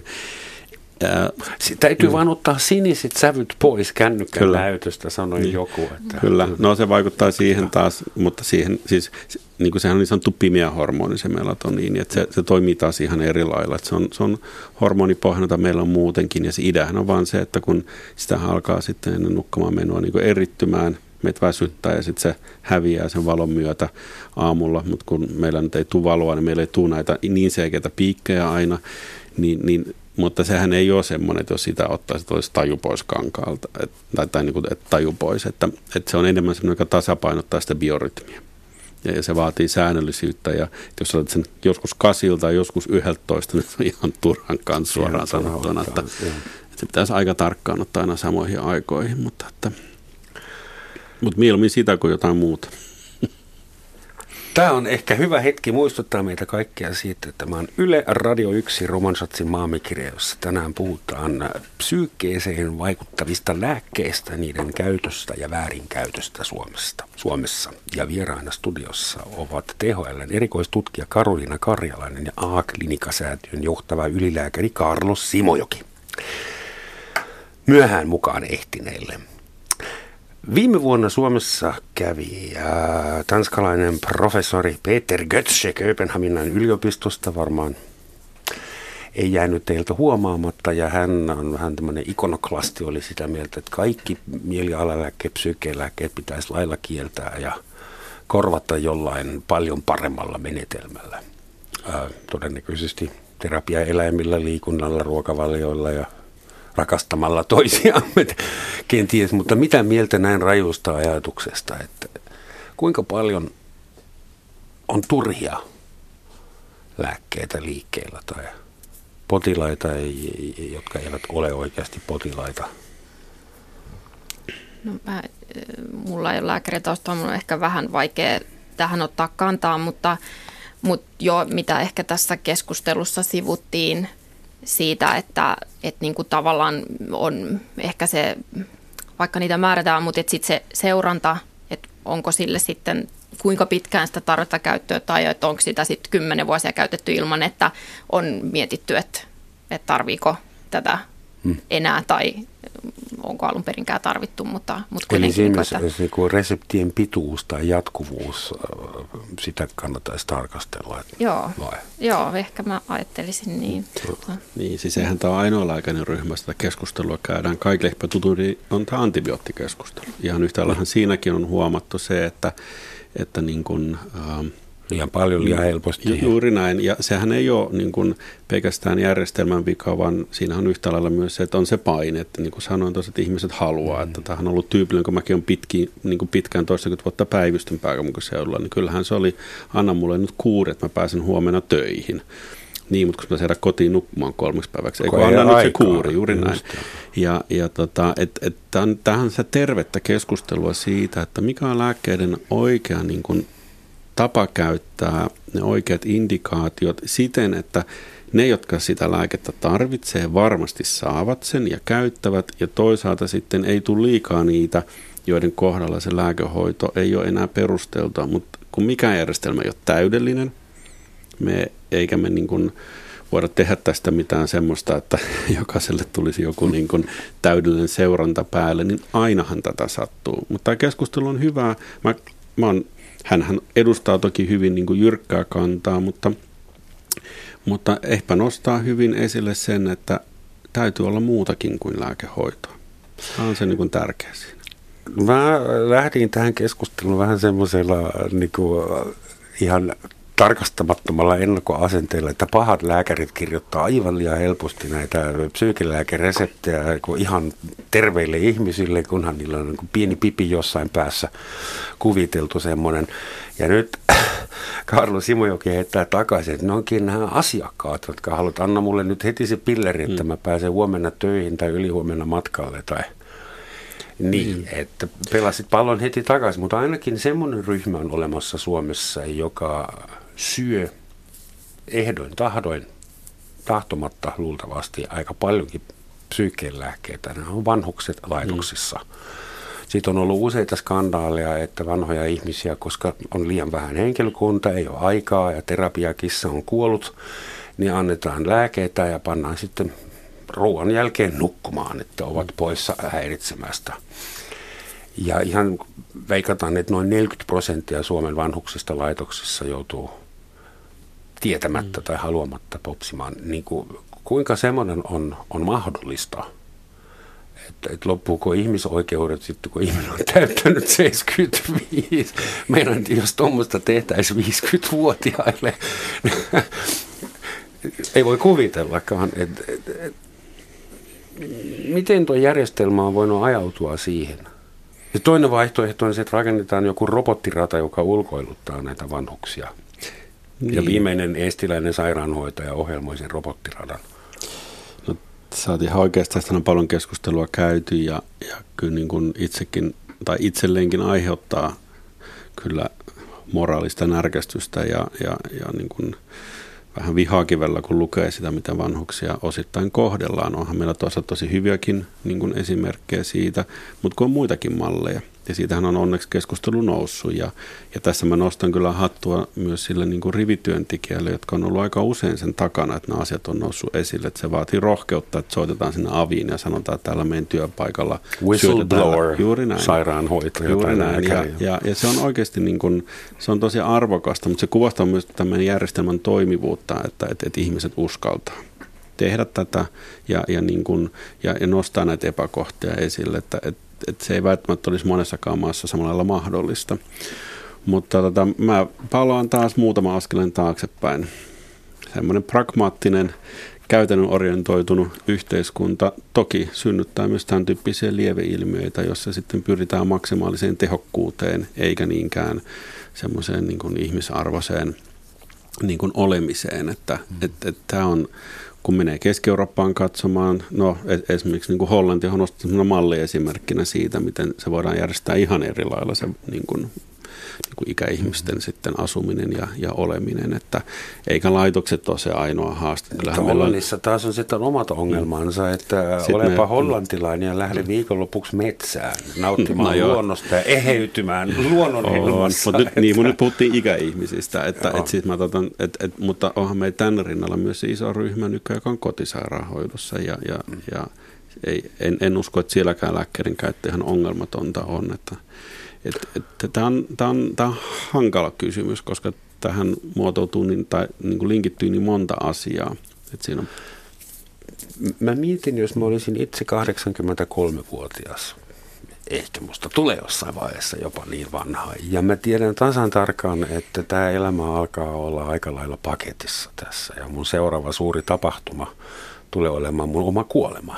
Täytyy vaan ottaa siniset sävyt pois kännykän näytöstä, sanoi niin, joku. Että kyllä, no se vaikuttaa siihen taas, mutta siihen siis niin kuin sehän on niin sanottu pimeä hormoni, se melatoniini, että se toimii taas ihan eri lailla. Että se on hormonipohjana, jota meillä on muutenkin, ja se ideahan on vaan se, että kun sitä alkaa sitten ennen nukkumaan menoa niin kuin erittymään, meitä väsyttää ja sitten se häviää sen valon myötä aamulla, mutta kun meillä nyt ei tule valoa, niin meillä ei tule näitä niin selkeitä piikkejä aina, niin mutta sehän ei ole semmoinen, että jos sitä ottaisi, olisi taju pois kankaalta, tai niin kuin, että taju pois, että se on enemmän semmoinen, joka tasapainottaa sitä biorytmiä. Ja se vaatii säännöllisyyttä, ja jos olet sen joskus 8 tai joskus 11, niin se on ihan turhan kanssa suoraan sanottuna, että se pitäisi aika tarkkaan ottaa aina samoihin aikoihin, mutta mieluummin sitä kuin jotain muuta. Tämä on ehkä hyvä hetki muistuttaa meitä kaikkia siitä, että tämä on Yle Radio 1 Romansatsin maamikirja, jossa tänään puhutaan psyykkeeseen vaikuttavista lääkkeistä, niiden käytöstä ja väärinkäytöstä Suomessa. Ja vieraana studiossa ovat THL:n erikoistutkija Karoliina Karjalainen ja A-klinikasäätiön johtava ylilääkäri Carlos Simojoki. Myöhään mukaan ehtineille. Viime vuonna Suomessa kävi tanskalainen professori Peter Götze Kööpenhaminan yliopistosta, varmaan ei jäänyt teiltä huomaamatta, ja hän on vähän tämmöinen ikonoklasti, oli sitä mieltä, että kaikki mielialalääkkeet, psyykelääkkeet pitäisi lailla kieltää ja korvata jollain paljon paremmalla menetelmällä. Todennäköisesti terapiaeläimillä, liikunnalla, ruokavalioilla ja rakastamalla toisiamme kenties, mutta mitä mieltä näin rajusta ajatuksesta, että kuinka paljon on turhia lääkkeitä liikkeellä tai potilaita, jotka eivät ole oikeasti potilaita? No, mulla ei ole lääkäritaustaa, mun on ehkä vähän vaikea tähän ottaa kantaa, mutta jo mitä ehkä tässä keskustelussa sivuttiin siitä, että niin kuin tavallaan on ehkä se, vaikka niitä määrätään, mutta sitten se seuranta, että onko sille sitten kuinka pitkään sitä tarvetta käyttöä tai että onko sitä sitten 10 vuosia käytetty ilman, että on mietitty, että tarviiko tätä enää tai onko alun perinkään tarvittu, mutta eli siinä niin reseptien pituus tai jatkuvuus, sitä kannattaisi tarkastella. Joo, ehkä mä ajattelisin niin. Niin, siis eihän tämä ole ainoalaikainen ryhmä, sitä keskustelua käydään. Kaikille ehkä tutun on tämä antibioottikeskustelu. Ihan yhtä laillahan siinäkin on huomattu se, että niin kuin, liian paljon, liian helposti. Juuri näin, ja sehän ei ole niin kuin pelkästään järjestelmän vika, vaan siinä on yhtä lailla myös se, että on se paine, että niin kuin sanoin tuossa, että ihmiset haluaa, että tämähän on ollut tyypillinen, kun mäkin olen pitkään toistakymmentä vuotta päivystyn pääkaupunkiseudulla, niin kyllähän se oli, anna mulle nyt kuuri, että mä pääsen huomenna töihin. Niin, mutta kun mä saadaan kotiin nukkumaan 3 päiväksi, eikö anna nyt se kuuri, juuri näin. Tämähän se tervettä keskustelua siitä, että mikä on lääkkeiden oikea niin kuin tapa käyttää ne oikeat indikaatiot siten, että ne, jotka sitä lääkettä tarvitsee, varmasti saavat sen ja käyttävät, ja toisaalta sitten ei tule liikaa niitä, joiden kohdalla se lääkehoito ei ole enää perusteltua, mutta kun mikään järjestelmä ei ole täydellinen, eikä me niin kuin voida tehdä tästä mitään semmoista, että jokaiselle tulisi joku niin kuin täydellinen seuranta päälle, niin ainahan tätä sattuu. Mutta tämä keskustelu on hyvää. Hänhän edustaa toki hyvin niin kuin jyrkkää kantaa, mutta ehkä nostaa hyvin esille sen, että täytyy olla muutakin kuin lääkehoitoa. Tämä on se niin kuin tärkeä siinä. Mä lähdin tähän keskusteluun vähän semmoisella niin kuin ihan tarkastamattomalla ennakkoasenteella, että pahat lääkärit kirjoittaa aivan liian helposti näitä psyykelääkereseptejä ihan terveille ihmisille, kunhan niillä on niin pieni pipi jossain päässä kuviteltu semmoinen. Ja nyt Kaarlo Simojoki heittää takaisin, että ne onkin nämä asiakkaat, jotka haluavat, anna mulle nyt heti se pilleri, että mä pääsen huomenna töihin tai ylihuomenna matkalle tai niin, että pelasit pallon heti takaisin, mutta ainakin semmoinen ryhmä on olemassa Suomessa, joka syö ehdoin tahtomatta luultavasti aika paljonkin psyykenlääkkeitä. Nämä on vanhukset laitoksissa. Siitä on ollut useita skandaaleja, että vanhoja ihmisiä, koska on liian vähän henkilökunta, ei ole aikaa ja terapiakissa on kuollut, niin annetaan lääkkeitä ja pannaan sitten ruoan jälkeen nukkumaan, että ovat poissa häiritsemästä. Ja ihan veikataan, että noin 40% Suomen vanhuksista laitoksissa joutuu tietämättä tai haluamatta popsimaan. Niin kuinka semmoinen on mahdollista? Että loppuuko ihmisoikeudet sitten, kun ihminen on täyttänyt 75? Meidän, jos tuommoista tehtäisiin 50-vuotiaille, ei voi kuvitellakaan, miten tuo järjestelmä on voinut ajautua siihen. Ja toinen vaihtoehto on se, että rakennetaan joku robottirata, joka ulkoiluttaa näitä vanhuksia. Niin. Ja viimeinen eestiläinen sairaanhoitaja ohjelmoi sen robottiradan. No, sä oot ihan oikeastaan tästä on paljon keskustelua käyty ja kyllä niin kuin itsekin tai itselleenkin aiheuttaa kyllä moraalista närkästystä ja niin kuin vähän vihakivellä, kun lukee sitä, mitä vanhuksia osittain kohdellaan. Onhan meillä tosi hyviäkin niin kuin esimerkkejä siitä, mutta kun on muitakin malleja. Ja siitähän on onneksi keskustelu noussut. Ja tässä mä nostan kyllä hattua myös sille niin kuin rivityöntekijälle, jotka on ollut aika usein sen takana, että nämä asiat on noussut esille. Että se vaatii rohkeutta, että soitetaan sinne aviin ja sanotaan, että täällä meidän työpaikalla whistleblower, sairaanhoitaja. Juuri näin. Ja se on oikeasti niin kuin, se on tosi arvokasta, mutta se kuvastaa myös tämän järjestelmän toimivuutta, että ihmiset uskaltaa tehdä tätä ja nostaa näitä epäkohtia esille, että se ei välttämättä olisi monessakaan maassa samalla lailla mahdollista. Mutta mä palaan taas muutama askeleen taaksepäin. Semmoinen pragmaattinen, käytännön orientoitunut yhteiskunta toki synnyttää myös tämän tyyppisiä lieveilmiöitä, jossa sitten pyritään maksimaaliseen tehokkuuteen, eikä niinkään semmoiseen niin kuin ihmisarvoiseen niin kuin olemiseen. Että tämä on, kun menee Keski-Eurooppaan katsomaan, no esimerkiksi niin kuin Hollanti on nostettu malliesimerkkinä siitä, miten se voidaan järjestää ihan eri lailla se niin kuin niin kuin ikäihmisten sitten asuminen ja oleminen, että eikä laitokset ole se ainoa haaste. Hollannissa taas on sitten omat ongelmansa, että olepa hollantilainen ja lähde viikonlopuksi metsään nauttimaan luonnosta ja eheytymään luonnon helmassa. Mutta nyt puhuttiin ikäihmisistä, mutta onhan meillä tämän rinnalla myös se iso ryhmä nykyään, joka on kotisairaanhoidossa ja en usko, että sielläkään lääkkeiden käyttö ihan ongelmatonta on. Tämä on hankala kysymys, koska tähän muotoutuu niin kuin linkittyy niin monta asiaa. Että siinä on... Mä mietin, jos mä olisin itse 83-vuotias. Ehkä musta tulee jossain vaiheessa jopa niin vanha. Ja mä tiedän tasan tarkkaan, että tämä elämä alkaa olla aika lailla paketissa tässä. Ja mun seuraava suuri tapahtuma tulee olemaan mun oma kuolema.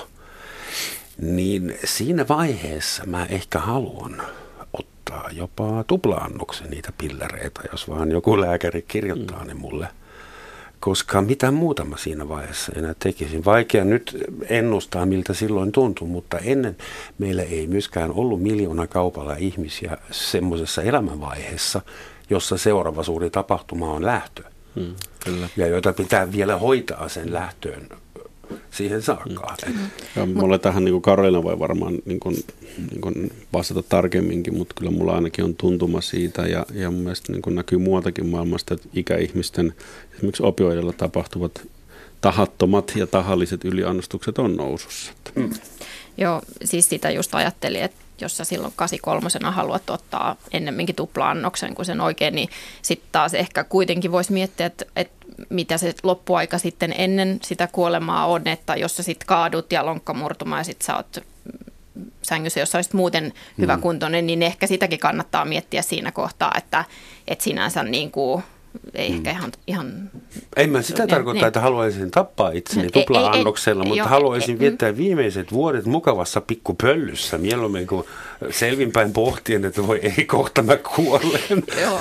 Niin siinä vaiheessa mä ehkä haluan ottaa jopa tupla-annoksen niitä pillereitä, jos vaan joku lääkäri kirjoittaa ne mulle. Koska mitään muuta mä siinä vaiheessa enää tekisin. Vaikea nyt ennustaa, miltä silloin tuntui, mutta ennen meillä ei myöskään ollut miljoonakaupalla ihmisiä semmoisessa elämänvaiheessa, jossa seuraava suuri tapahtuma on lähtö. Kyllä. Ja jota pitää vielä hoitaa sen lähtöön siihen saakka. Mulle tähän niin Karolina voi varmaan niin kuin vastata tarkemminkin, mutta kyllä mulla ainakin on tuntuma siitä ja mun mielestä niin kuin näkyy muutakin maailmasta, että ikäihmisten esimerkiksi opioidilla tapahtuvat tahattomat ja tahalliset yliannostukset on nousussa. Joo, siis sitä just ajattelin, että jos sä silloin 83 haluat ottaa ennemminkin tupla-annoksen kuin sen oikein, niin sitten taas ehkä kuitenkin voisi miettiä, että mitä se loppuaika sitten ennen sitä kuolemaa on, että jos sä sitten kaadut ja lonkka murtumaan ja sitten sä oot sängyssä, jos sä olisit muuten hyväkuntoinen, niin ehkä sitäkin kannattaa miettiä siinä kohtaa, että sinänsä niin kuin ei ehkä ihan... En mä sitä tarkoita, että haluaisin tappaa itseni tupla-annoksella, mutta haluaisin viettää viimeiset vuodet mukavassa pikkupöllyssä, mieluummin kuin selvinpäin pohtien, että voi ei kohta mä kuolen.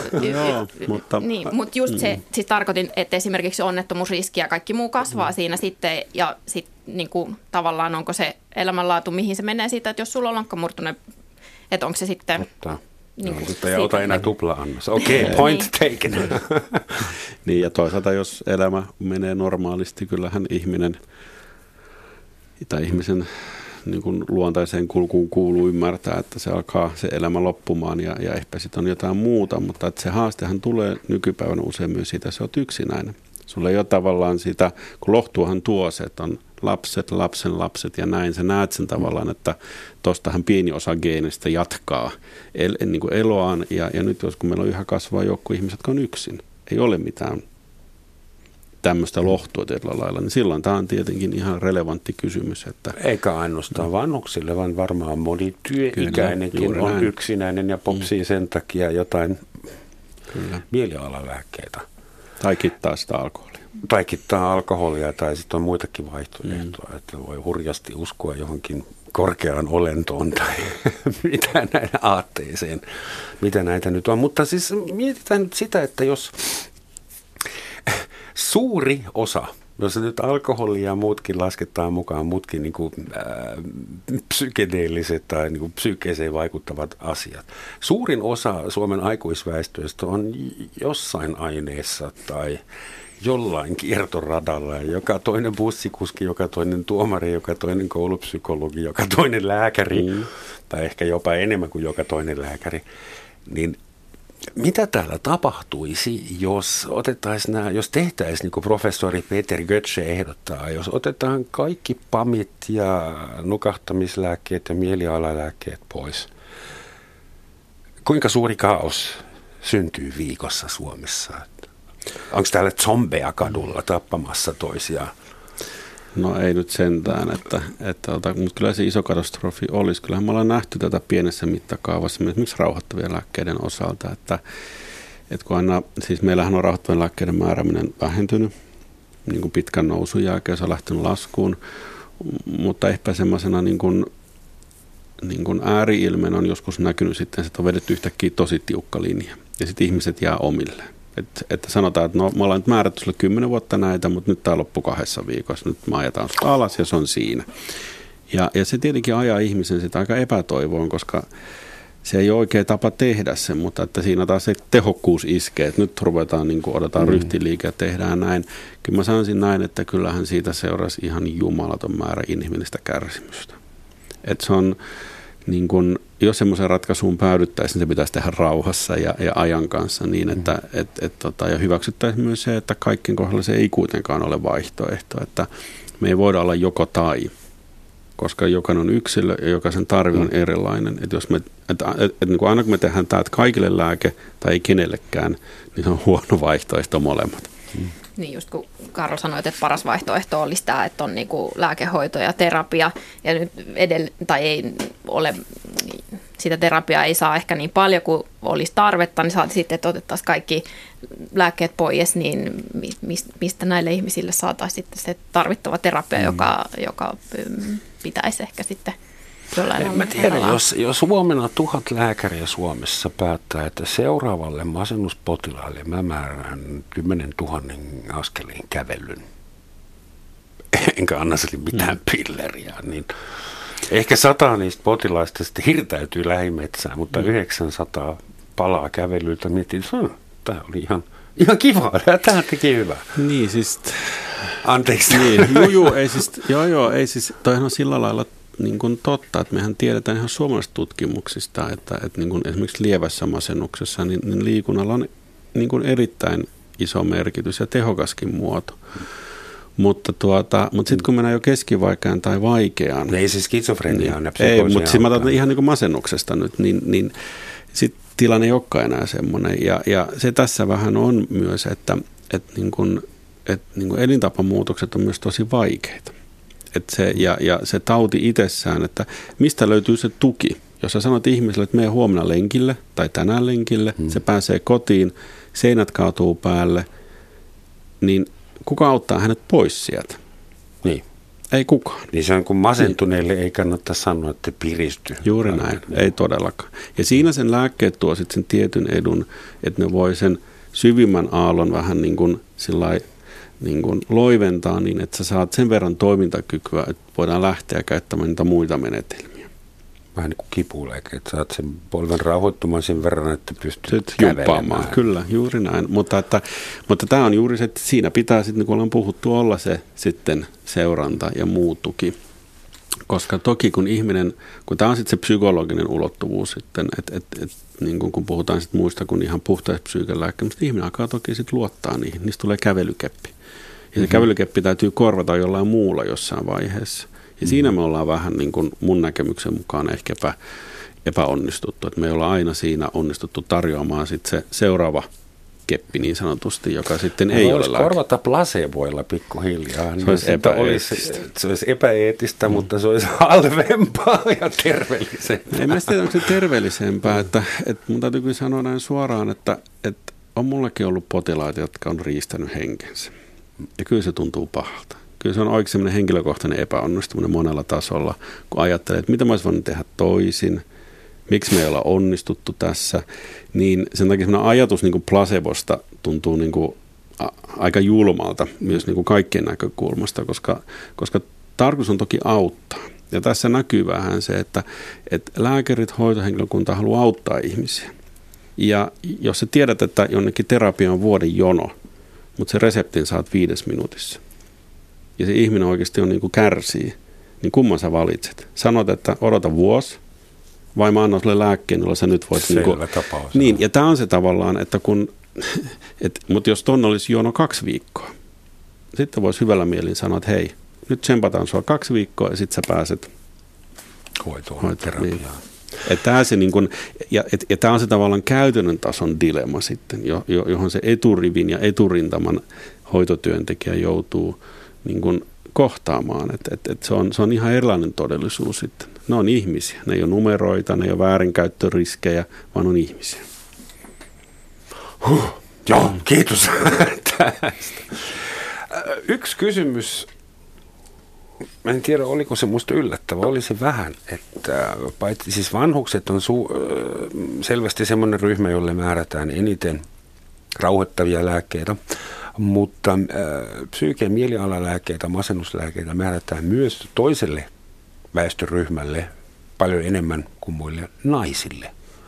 Mutta just se, siis tarkoitin, että esimerkiksi onnettomuusriski ja kaikki muu kasvaa siinä sitten, ja sitten niin kuin, tavallaan onko se elämänlaatu, mihin se menee siitä, että jos sulla on lonkka murtunut, että onko se sitten... Mutta ei ota enää tupla-annosta. Okei, point taken. Niin, ja toisaalta jos elämä menee normaalisti, kyllähän ihmisen niin kuin luontaiseen kulkuun kuuluu ymmärtää, että se alkaa se elämä loppumaan ja ehkä sitten on jotain muuta, mutta että se haastehan tulee nykypäivänä usein myös siitä, että sä oot yksinäinen. Sulla ei ole tavallaan sitä, kun lohtuahan tuo se, että on lapset, lapset ja näin. Sä näet sen tavallaan, että tuostahan pieni osa geenistä jatkaa niin kuin eloaan. Ja nyt jos kun meillä on yhä kasvaa joku ihmiset, jotka on yksin, ei ole mitään tämmöistä lohtua tietyllä lailla, niin silloin tämä on tietenkin ihan relevantti kysymys. Että eikä ainoastaan vanhuksille, vaan varmaan moni työikäinenkin on yksinäinen ja popsii sen takia jotain mielialalääkkeitä. Tai kittaa sitä alkoholia. Tai kittaa alkoholia, tai sitten on muitakin vaihtoehtoja, että voi hurjasti uskoa johonkin korkeaan olentoon tai mitä näitä aatteeseen, mitä näitä nyt on. Mutta siis mietitään nyt sitä, että jos suuri osa, jos nyt alkoholia ja muutkin lasketaan mukaan, muutkin niin kuin, psykedeelliset tai niin kuin psyykeeseen vaikuttavat asiat. Suurin osa Suomen aikuisväestöstä on jossain aineessa tai jollain kiertoradalla. Joka toinen bussikuski, joka toinen tuomari, joka toinen koulupsykologi, joka toinen lääkäri, tai ehkä jopa enemmän kuin joka toinen lääkäri, niin mitä täällä tapahtuisi, jos jos tehtäisiin niin kuin professori Peter Götze ehdottaa, jos otetaan kaikki pamit ja nukahtamislääkkeet ja mielialalääkkeet pois? Kuinka suuri kaos syntyy viikossa Suomessa? Onko täällä zombeja kadulla tappamassa toisiaan? No ei nyt sentään, mutta kyllä se iso katastrofi olisi. Kyllähän me ollaan nähty tätä pienessä mittakaavassa, esimerkiksi rauhoittavien lääkkeiden osalta, että kun aina, siis meillähän on rauhoittavien lääkkeiden määrääminen vähentynyt, niin kuin pitkän nousun jälkeen se on lähtenyt laskuun, mutta ehkä semmoisena niin kuin ääri-ilmeen on joskus näkynyt sitten, että on vedetty yhtäkkiä tosi tiukka linja ja sitten ihmiset jää omilleen. Että sanotaan, että no, me ollaan nyt määrätty sulle 10 vuotta näitä, mutta nyt tämä loppuu 2 viikossa. Nyt mä ajetaan sut alas ja se on siinä. Ja se tietenkin ajaa ihmisen sitä aika epätoivoon, koska se ei ole oikea tapa tehdä se, mutta että siinä taas se tehokkuus iskee, että nyt ruvetaan, niin kuin odotetaan ryhtiliike ja tehdään näin. Kyllä mä sanoisin näin, että kyllähän siitä seurasi ihan jumalaton määrä inhimillistä kärsimystä. Että se on, niin kuin, jos semmoisen ratkaisuun päädyttäisiin, niin se pitäisi tehdä rauhassa ja ajan kanssa niin, että ja hyväksyttäisiin myös se, että kaikkien kohdalla se ei kuitenkaan ole vaihtoehto, että me ei voida olla joko tai, koska jokainen on yksilö ja jokaisen tarve on erilainen. Että jos niin kuin aina kun me tehdään tämä, että kaikille lääke tai ei kenellekään, niin se on huono vaihtoehto molemmat. Niin just kun Karlo sanoi, että paras vaihtoehto olisi tämä, että on niinku lääkehoito ja terapia ja nyt ei ole, sitä terapiaa ei saa ehkä niin paljon kuin olisi tarvetta, niin saati sitten, että otettaisiin kaikki lääkkeet pois, niin mistä näille ihmisille saataisiin sitten se tarvittava terapia, joka pitäisi ehkä sitten jollain mä tiedän, jos huomenna 1000 lääkäriä Suomessa päättää, että seuraavalle masennuspotilaalle mä määrään 10 000 askeleen kävelyn, enkä anna sille mitään pilleriä, niin ehkä 100 niistä potilaista sitten hirtäytyy lähimetsään, mutta 900 palaa kävelyltä. Mietin, että tämä oli ihan kiva, tämä teki hyvää. Niin siis... Anteeksi. Niin, ei siis, toihan on sillä lailla niin kuin totta, että mehän tiedetään ihan suomalaisista tutkimuksista, että niin kuin esimerkiksi lievässä masennuksessa niin liikunnalla on niin kuin erittäin iso merkitys ja tehokaskin muoto. Mutta sitten kun mennään jo keskivaikeaan tai vaikeaan. Ei se skitsofrenia on. Ei, mutta siis mä otan ihan niin kuin masennuksesta nyt, niin sitten tilanne ei olekaan enää semmoinen. Ja se tässä vähän on myös, että niin kuin elintapamuutokset on myös tosi vaikeita. Ja se tauti itsessään, että mistä löytyy se tuki. Jos sä sanot ihmiselle, että mene huomenna lenkille tai tänään lenkille, se pääsee kotiin, seinät kaatuu päälle, niin kuka auttaa hänet pois sieltä? Niin. Ei kukaan. Niin se on kuin masentuneille ei kannata sanoa, että piristy. Juuri näin, ei todellakaan. Ja siinä sen lääkkeet tuo sitten sen tietyn edun, että ne voi sen syvimmän aallon vähän niin kuin sillai niin kuin loiventaa niin, että sä saat sen verran toimintakykyä, että voidaan lähteä käyttämään niitä muita menetelmiä. Vähän niin kuin kipulääke, että saat sen polven rauhoittumaan sen verran, että pystyt kävelemään. Kyllä, juuri näin. Mutta tämä on juuri se, että siinä pitää sitten, niin kuin ollaan puhuttu, olla se sitten seuranta ja muu tuki. Koska toki kun tämä on sitten se psykologinen ulottuvuus sitten, että niin kun puhutaan sitten muista kuin ihan puhtaista psyykelääkkeistä, ihminen alkaa toki sitten luottaa niihin, niistä tulee kävelykeppi. Ja se kävelykeppi täytyy korvata jollain muulla jossain vaiheessa. Ja siinä me ollaan vähän niin kuin mun näkemyksen mukaan ehkä epäonnistuttu, että me ollaan aina siinä onnistuttu tarjoamaan sitten se seuraava keppi niin sanotusti, joka sitten ei ole lääke. Korvata placeboilla pikkuhiljaa. Se olisi epäeettistä, mutta se olisi halvempaa ja terveellisempää. En mä tiedä, onko se terveellisempää. Että mun täytyy kyllä sanoa näin suoraan, että on mullakin ollut potilaita, jotka on riistänyt henkensä. Ja kyllä se tuntuu pahalta. Kyllä se on oikein sellainen henkilökohtainen epäonnistuminen monella tasolla, kun ajattelee, että mitä mä olisin voinut tehdä toisin, miksi me ei olla onnistuttu tässä, niin sen takia sellainen ajatus niin kuin placebosta tuntuu niin kuin aika julmalta myös niin kuin kaikkien näkökulmasta, koska tarkoitus on toki auttaa. Ja tässä näkyy vähän se, että lääkärit, hoitohenkilökunta haluaa auttaa ihmisiä. Ja jos sä tiedät, että jonnekin terapia on vuoden jono, mutta se reseptin saat 5 minuutissa, ja se ihminen oikeasti on niin kuin kärsii, niin kumman sä valitset? Sanot, että odota vuosi, vai mä annan sulle lääkkeen, jolla sä nyt voit... Selvä tapaus. Niin, ja tämä on se tavallaan, että mutta jos ton olisi jono 2 viikkoa, sitten voisi hyvällä mielin sanoa, että hei, nyt tsempataan sua 2 viikkoa, ja sitten sä pääset hoitoon, terapiaan. Niin. Ja tämä on se tavallaan käytännön tason dilemma sitten, johon se eturivin ja eturintaman hoitotyöntekijä joutuu niin kuin kohtaamaan. Se on ihan erilainen todellisuus sitten. Ne on ihmisiä, ne ei ole numeroita, ne ei ole väärinkäyttöriskejä, vaan on ihmisiä. Joo, kiitos tästä. Yksi kysymys. Mä en tiedä, oliko se musta yllättävä, oli se vähän, että paitsi siis vanhukset on selvästi semmoinen ryhmä, jolle määrätään eniten rauhoittavia lääkkeitä, mutta psyyke- ja mielialalääkkeitä, masennuslääkkeitä määrätään myös toiselle väestöryhmälle paljon enemmän kuin muille naisille.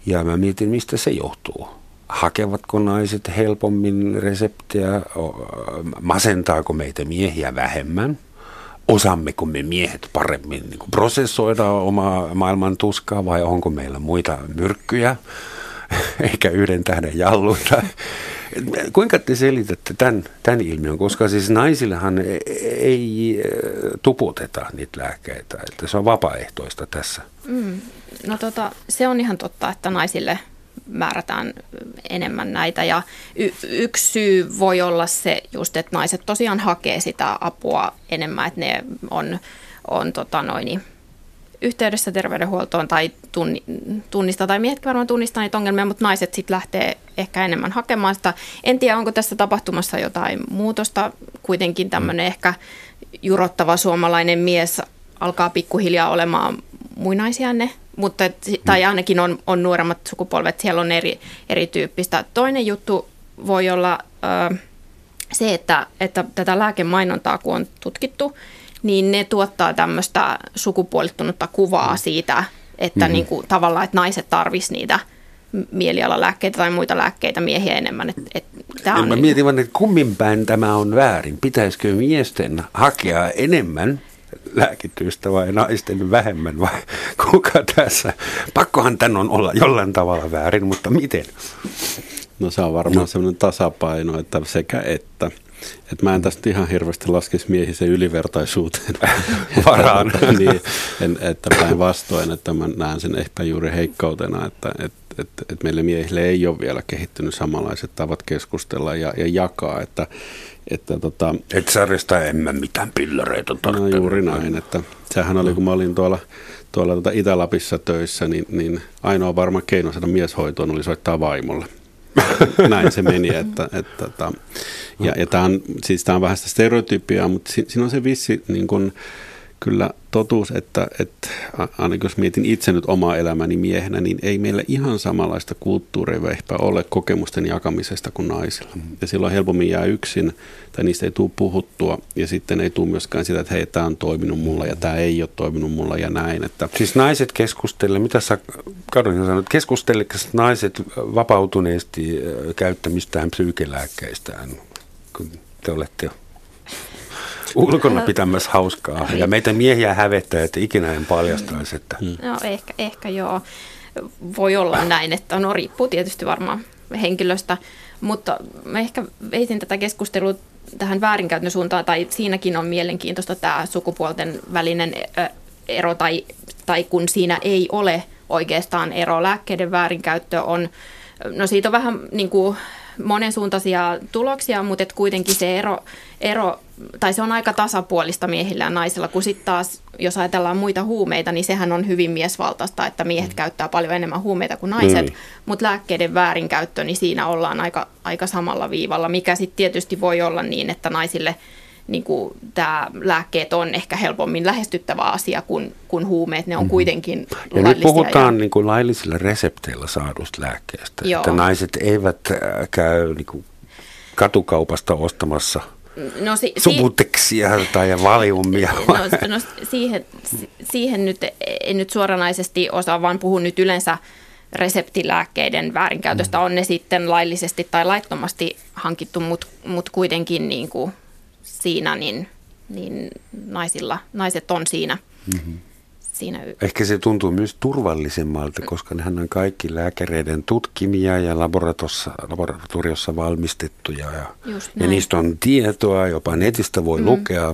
Ja mä mietin, mistä se johtuu. Hakevatko naiset helpommin reseptiä? Masentaako meitä miehiä vähemmän? Osaammeko me miehet paremmin niin kuin prosessoida omaa maailman tuskaa vai onko meillä muita myrkkyjä? Eikä yhden tähden jalluta. Kuinka te selitätte tämän ilmiön? Koska siis naisillehan ei tuputeta niitä lääkkeitä, että se on vapaaehtoista tässä. No se on ihan totta, että naisille määrätään enemmän näitä ja yksi syy voi olla se just, että naiset tosiaan hakee sitä apua enemmän, että ne on yhteydessä terveydenhuoltoon tai tunnistaa, tai miehetkin varmaan tunnistaa niitä ongelmia, mutta naiset sitten lähtee ehkä enemmän hakemaan sitä. En tiedä, onko tässä tapahtumassa jotain muutosta. Kuitenkin tämmöinen ehkä jurottava suomalainen mies alkaa pikkuhiljaa olemaan muinaisjänne, mutta tai ainakin on nuoremmat sukupolvet, siellä on erityyppistä. Toinen juttu voi olla se, että tätä lääkemainontaa, kun on tutkittu, niin ne tuottaa tämmöistä sukupuolittunutta kuvaa siitä, että niin kuin, tavallaan, että naiset tarvitsisivat niitä mielialalääkkeitä tai muita lääkkeitä miehiä enemmän. Mä mietin vaan, että kummin päin tämä on väärin. Pitäisikö miesten hakea enemmän lääkitystä vai naisten vähemmän vai kuka tässä? Pakkohan tän on olla jollain tavalla väärin, mutta miten? No se on varmaan sellainen tasapaino, että sekä että. Että mä en tästä ihan hirveästi laskisi miehisen ylivertaisuuteen varaan. Niin, että päinvastoin, että mä näen sen ehkä juuri heikkoutena, että meille miehille ei ole vielä kehittynyt samanlaiset tavat keskustella ja jakaa. Et sarjasta en mä mitään pillereitä tarvitse. No juuri näin, että sehän oli, kun mä olin tuolla Itä-Lapissa töissä, niin ainoa varma keino saada mieshoitoon oli soittaa vaimolle. Näin se meni, ja tämä on vähän sitä stereotypiaa, mutta siinä on se vissi niin kun, kyllä totuus, että ainakin jos mietin itse nyt omaa elämäni miehenä, niin ei meillä ihan samanlaista kulttuuria ehkä ole kokemusten jakamisesta kuin naisilla. Ja silloin helpommin jää yksin, tai niistä ei tule puhuttua, ja sitten ei tule myöskään sitä, että hei, tämä on toiminut mulla, ja tämä ei ole toiminut mulla, ja näin. Että siis naiset keskustelevat, mitä sä Karolina sanoit, keskusteleeko naiset vapautuneesti käyttämistään psyykelääkkeistään, kun te olette jo ulkona pitämässä hauskaa. Ja meitä miehiä hävettää, että ikinä en paljastaisi. Että no ehkä joo. Voi olla näin, että no riippuu tietysti varmaan henkilöstä. Mutta mä ehkä veisin tätä keskustelua tähän väärinkäytön suuntaan, tai siinäkin on mielenkiintoista tämä sukupuolten välinen ero, tai kun siinä ei ole oikeastaan ero. Lääkkeiden väärinkäyttö on, no siitä on vähän niin kuin monensuuntaisia tuloksia, mutta et kuitenkin se ero, tai se on aika tasapuolista miehillä ja naisilla, kun sitten taas, jos ajatellaan muita huumeita, niin sehän on hyvin miesvaltaista, että miehet käyttää paljon enemmän huumeita kuin naiset, mutta lääkkeiden väärinkäyttö, niin siinä ollaan aika samalla viivalla, mikä sitten tietysti voi olla niin, että naisille niin kuin tämä lääkkeet on ehkä helpommin lähestyttävä asia kuin huumeet, ne on kuitenkin laillisia. Ja nyt puhutaan niin kuin laillisilla resepteillä saadusta lääkkeestä, että naiset eivät käy niin kuin katukaupasta ostamassa subuteksia tai valiumia. No siihen nyt en nyt suoranaisesti osaa, vaan puhun nyt yleensä reseptilääkkeiden väärinkäytöstä. On ne sitten laillisesti tai laittomasti hankittu, mutta kuitenkin niin kuin siinä niin naiset on siinä. Ehkä se tuntuu myös turvallisemmalta, koska nehän on kaikki lääkäreiden tutkimia ja laboratoriossa valmistettuja. Ja niistä on tietoa, jopa netistä voi lukea.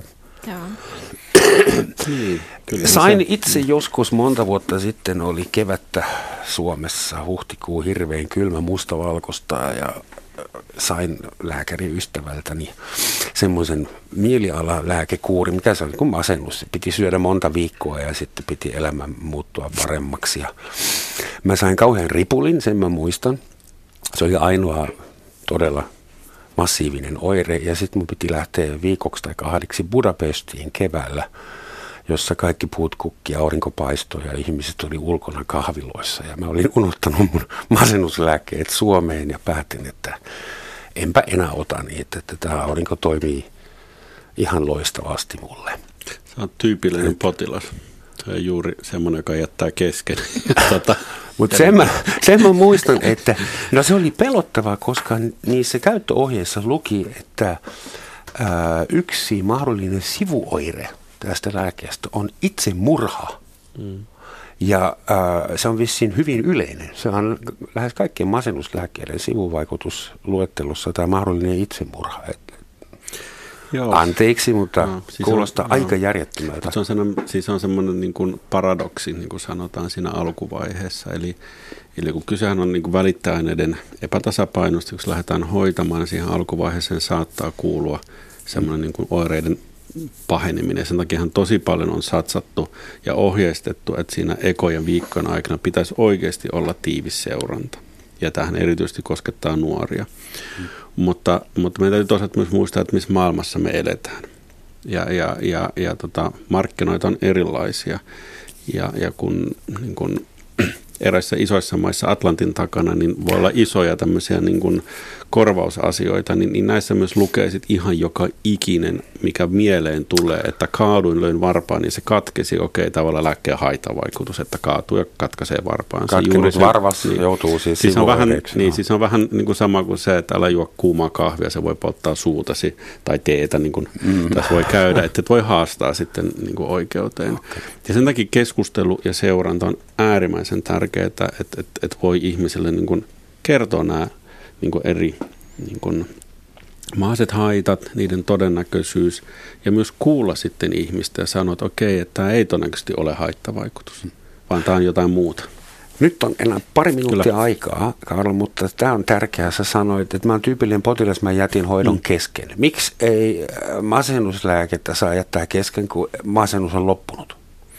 Sain itse joskus monta vuotta sitten, oli kevättä Suomessa, huhtikuu, hirveän kylmä, mustavalkoista, ja sain lääkäriystävältäni semmoisen mielialalääkekuuri, mikä se oli kuin masennus. Se piti syödä monta viikkoa ja sitten piti elämän muuttua paremmaksi. Ja mä sain kauhean ripulin, sen mä muistan. Se oli ainoa todella massiivinen oire ja sitten mun piti lähteä viikoksi tai 2 Budapestiin keväällä, jossa kaikki puut kukki ja aurinko paistoi ja ihmiset oli ulkona kahviloissa. Ja mä olin unohtanut mun masennuslääkkeet Suomeen ja päätin, että enpä enää ota niitä, että tämä aurinko toimii ihan loistavasti mulle. Sä oot tyypillinen potilas. Se on juuri semmoinen, joka jättää kesken. Mutta sen mä muistan, että no se oli pelottavaa, koska niissä käyttöohjeissa luki, että yksi mahdollinen sivuoire tästä lääkkeestä on itsemurha. Ja se on vissiin hyvin yleinen. Se on lähes kaikkien masennuslääkkeiden sivuvaikutusluettelossa tämä mahdollinen itsemurha. Joo. Anteeksi, mutta kuulostaa aika järjettömältä. Se on semmoinen niin kuin paradoksi, niin kuin sanotaan siinä alkuvaiheessa. Eli kun kysehän on niin kuin välittäaineiden epätasapainosta, kun lähdetään hoitamaan, niin siihen alkuvaiheeseen saattaa kuulua semmoinen niin kuin oireiden paheneminen. Sen takiahan tosi paljon on satsattu ja ohjeistettu, että siinä ekojen viikkojen aikana pitäisi oikeasti olla tiivis seuranta. Ja tämähän erityisesti koskettaa nuoria. Mutta meidän täytyy toisaalta myös muistaa, että missä maailmassa me eletään. Ja markkinoita on erilaisia. Ja kun niin kun eräissä isoissa maissa Atlantin takana, niin voi olla isoja tämmöisiä niin kuin korvausasioita, niin näissä myös lukee sit ihan joka ikinen, mikä mieleen tulee, että kaaduin, löin varpaan, niin se katkesi, tavallaan lääkkeen haitavaikutus, että kaatuu ja katkaisee varpaan. Katkenut varvas joutuu siis sivuoireeksi. Siis on vähän niin kuin sama kuin se, että älä juo kuumaa kahvia, se voi polttaa suutasi tai teetä, niin kuin tässä voi käydä, että et voi haastaa sitten niin kuin oikeuteen. Okay. Ja sen takia keskustelu ja seuranta on äärimmäisen tärkeää, että voi ihmisille niin kuin kertoa nämä niin kuin eri niin kuin mahdolliset haitat, niiden todennäköisyys ja myös kuulla sitten ihmistä ja sanoa, että okei, että tämä ei todennäköisesti ole haittavaikutus, vaan tämä on jotain muuta. Nyt on enää pari minuuttia aikaa, Karlo, mutta tämä on tärkeää. Sä sanoit, että mä oon tyypillinen potilas, mä jätin hoidon kesken. Miksi ei masennuslääkettä saa jättää kesken, kun masennus on loppunut?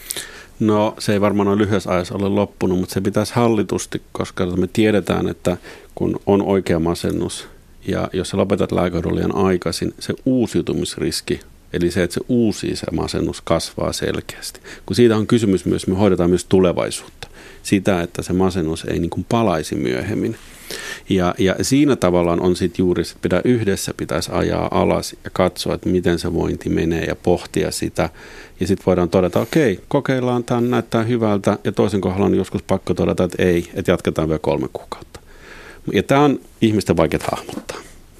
No se ei varmaan ole lyhyessä ajassa ole loppunut, mutta se pitäisi hallitusti, koska me tiedetään, että kun on oikea masennus ja jos sä lopetat lääkehoidon liian aikaisin, se uusiutumisriski, eli se, että se uusii se masennus kasvaa selkeästi. Kun siitä on kysymys myös, me hoidetaan myös tulevaisuutta. Sitä, että se masennus ei niin kuin palaisi myöhemmin. Ja siinä tavallaan on sitten juuri, että yhdessä pitäisi ajaa alas ja katsoa, että miten se vointi menee ja pohtia sitä. Ja sitten voidaan todeta, okei, kokeillaan, tämä näyttää hyvältä ja toisen kohdalla on joskus pakko todeta, että ei, että jatketaan vielä 3 kuukautta. Ja tämä on ihmisten vaikeat hahmottaa.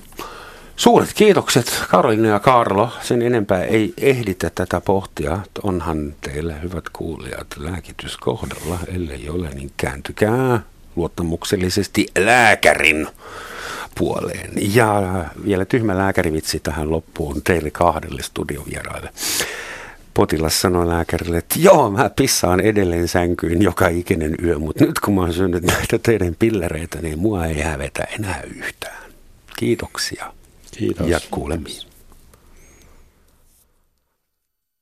Suuret kiitokset Karoliina ja Karlo. Sen enempää ei ehditä tätä pohtia. Onhan teillä hyvät kuulijat lääkitys kohdalla, ellei ole, niin kääntykää luottamuksellisesti lääkärin puoleen. Ja vielä tyhmä lääkärivitsi tähän loppuun teille 2 studiovieraille. Potilas sanoi lääkärille, että joo, mä pissaan edelleen sänkyyn joka ikinen yö, mutta nyt kun mä oon syönyt näitä teidän pillereitä, niin mua ei hävetä enää yhtään. Kiitoksia. Kiitos. Ja kuulemiin.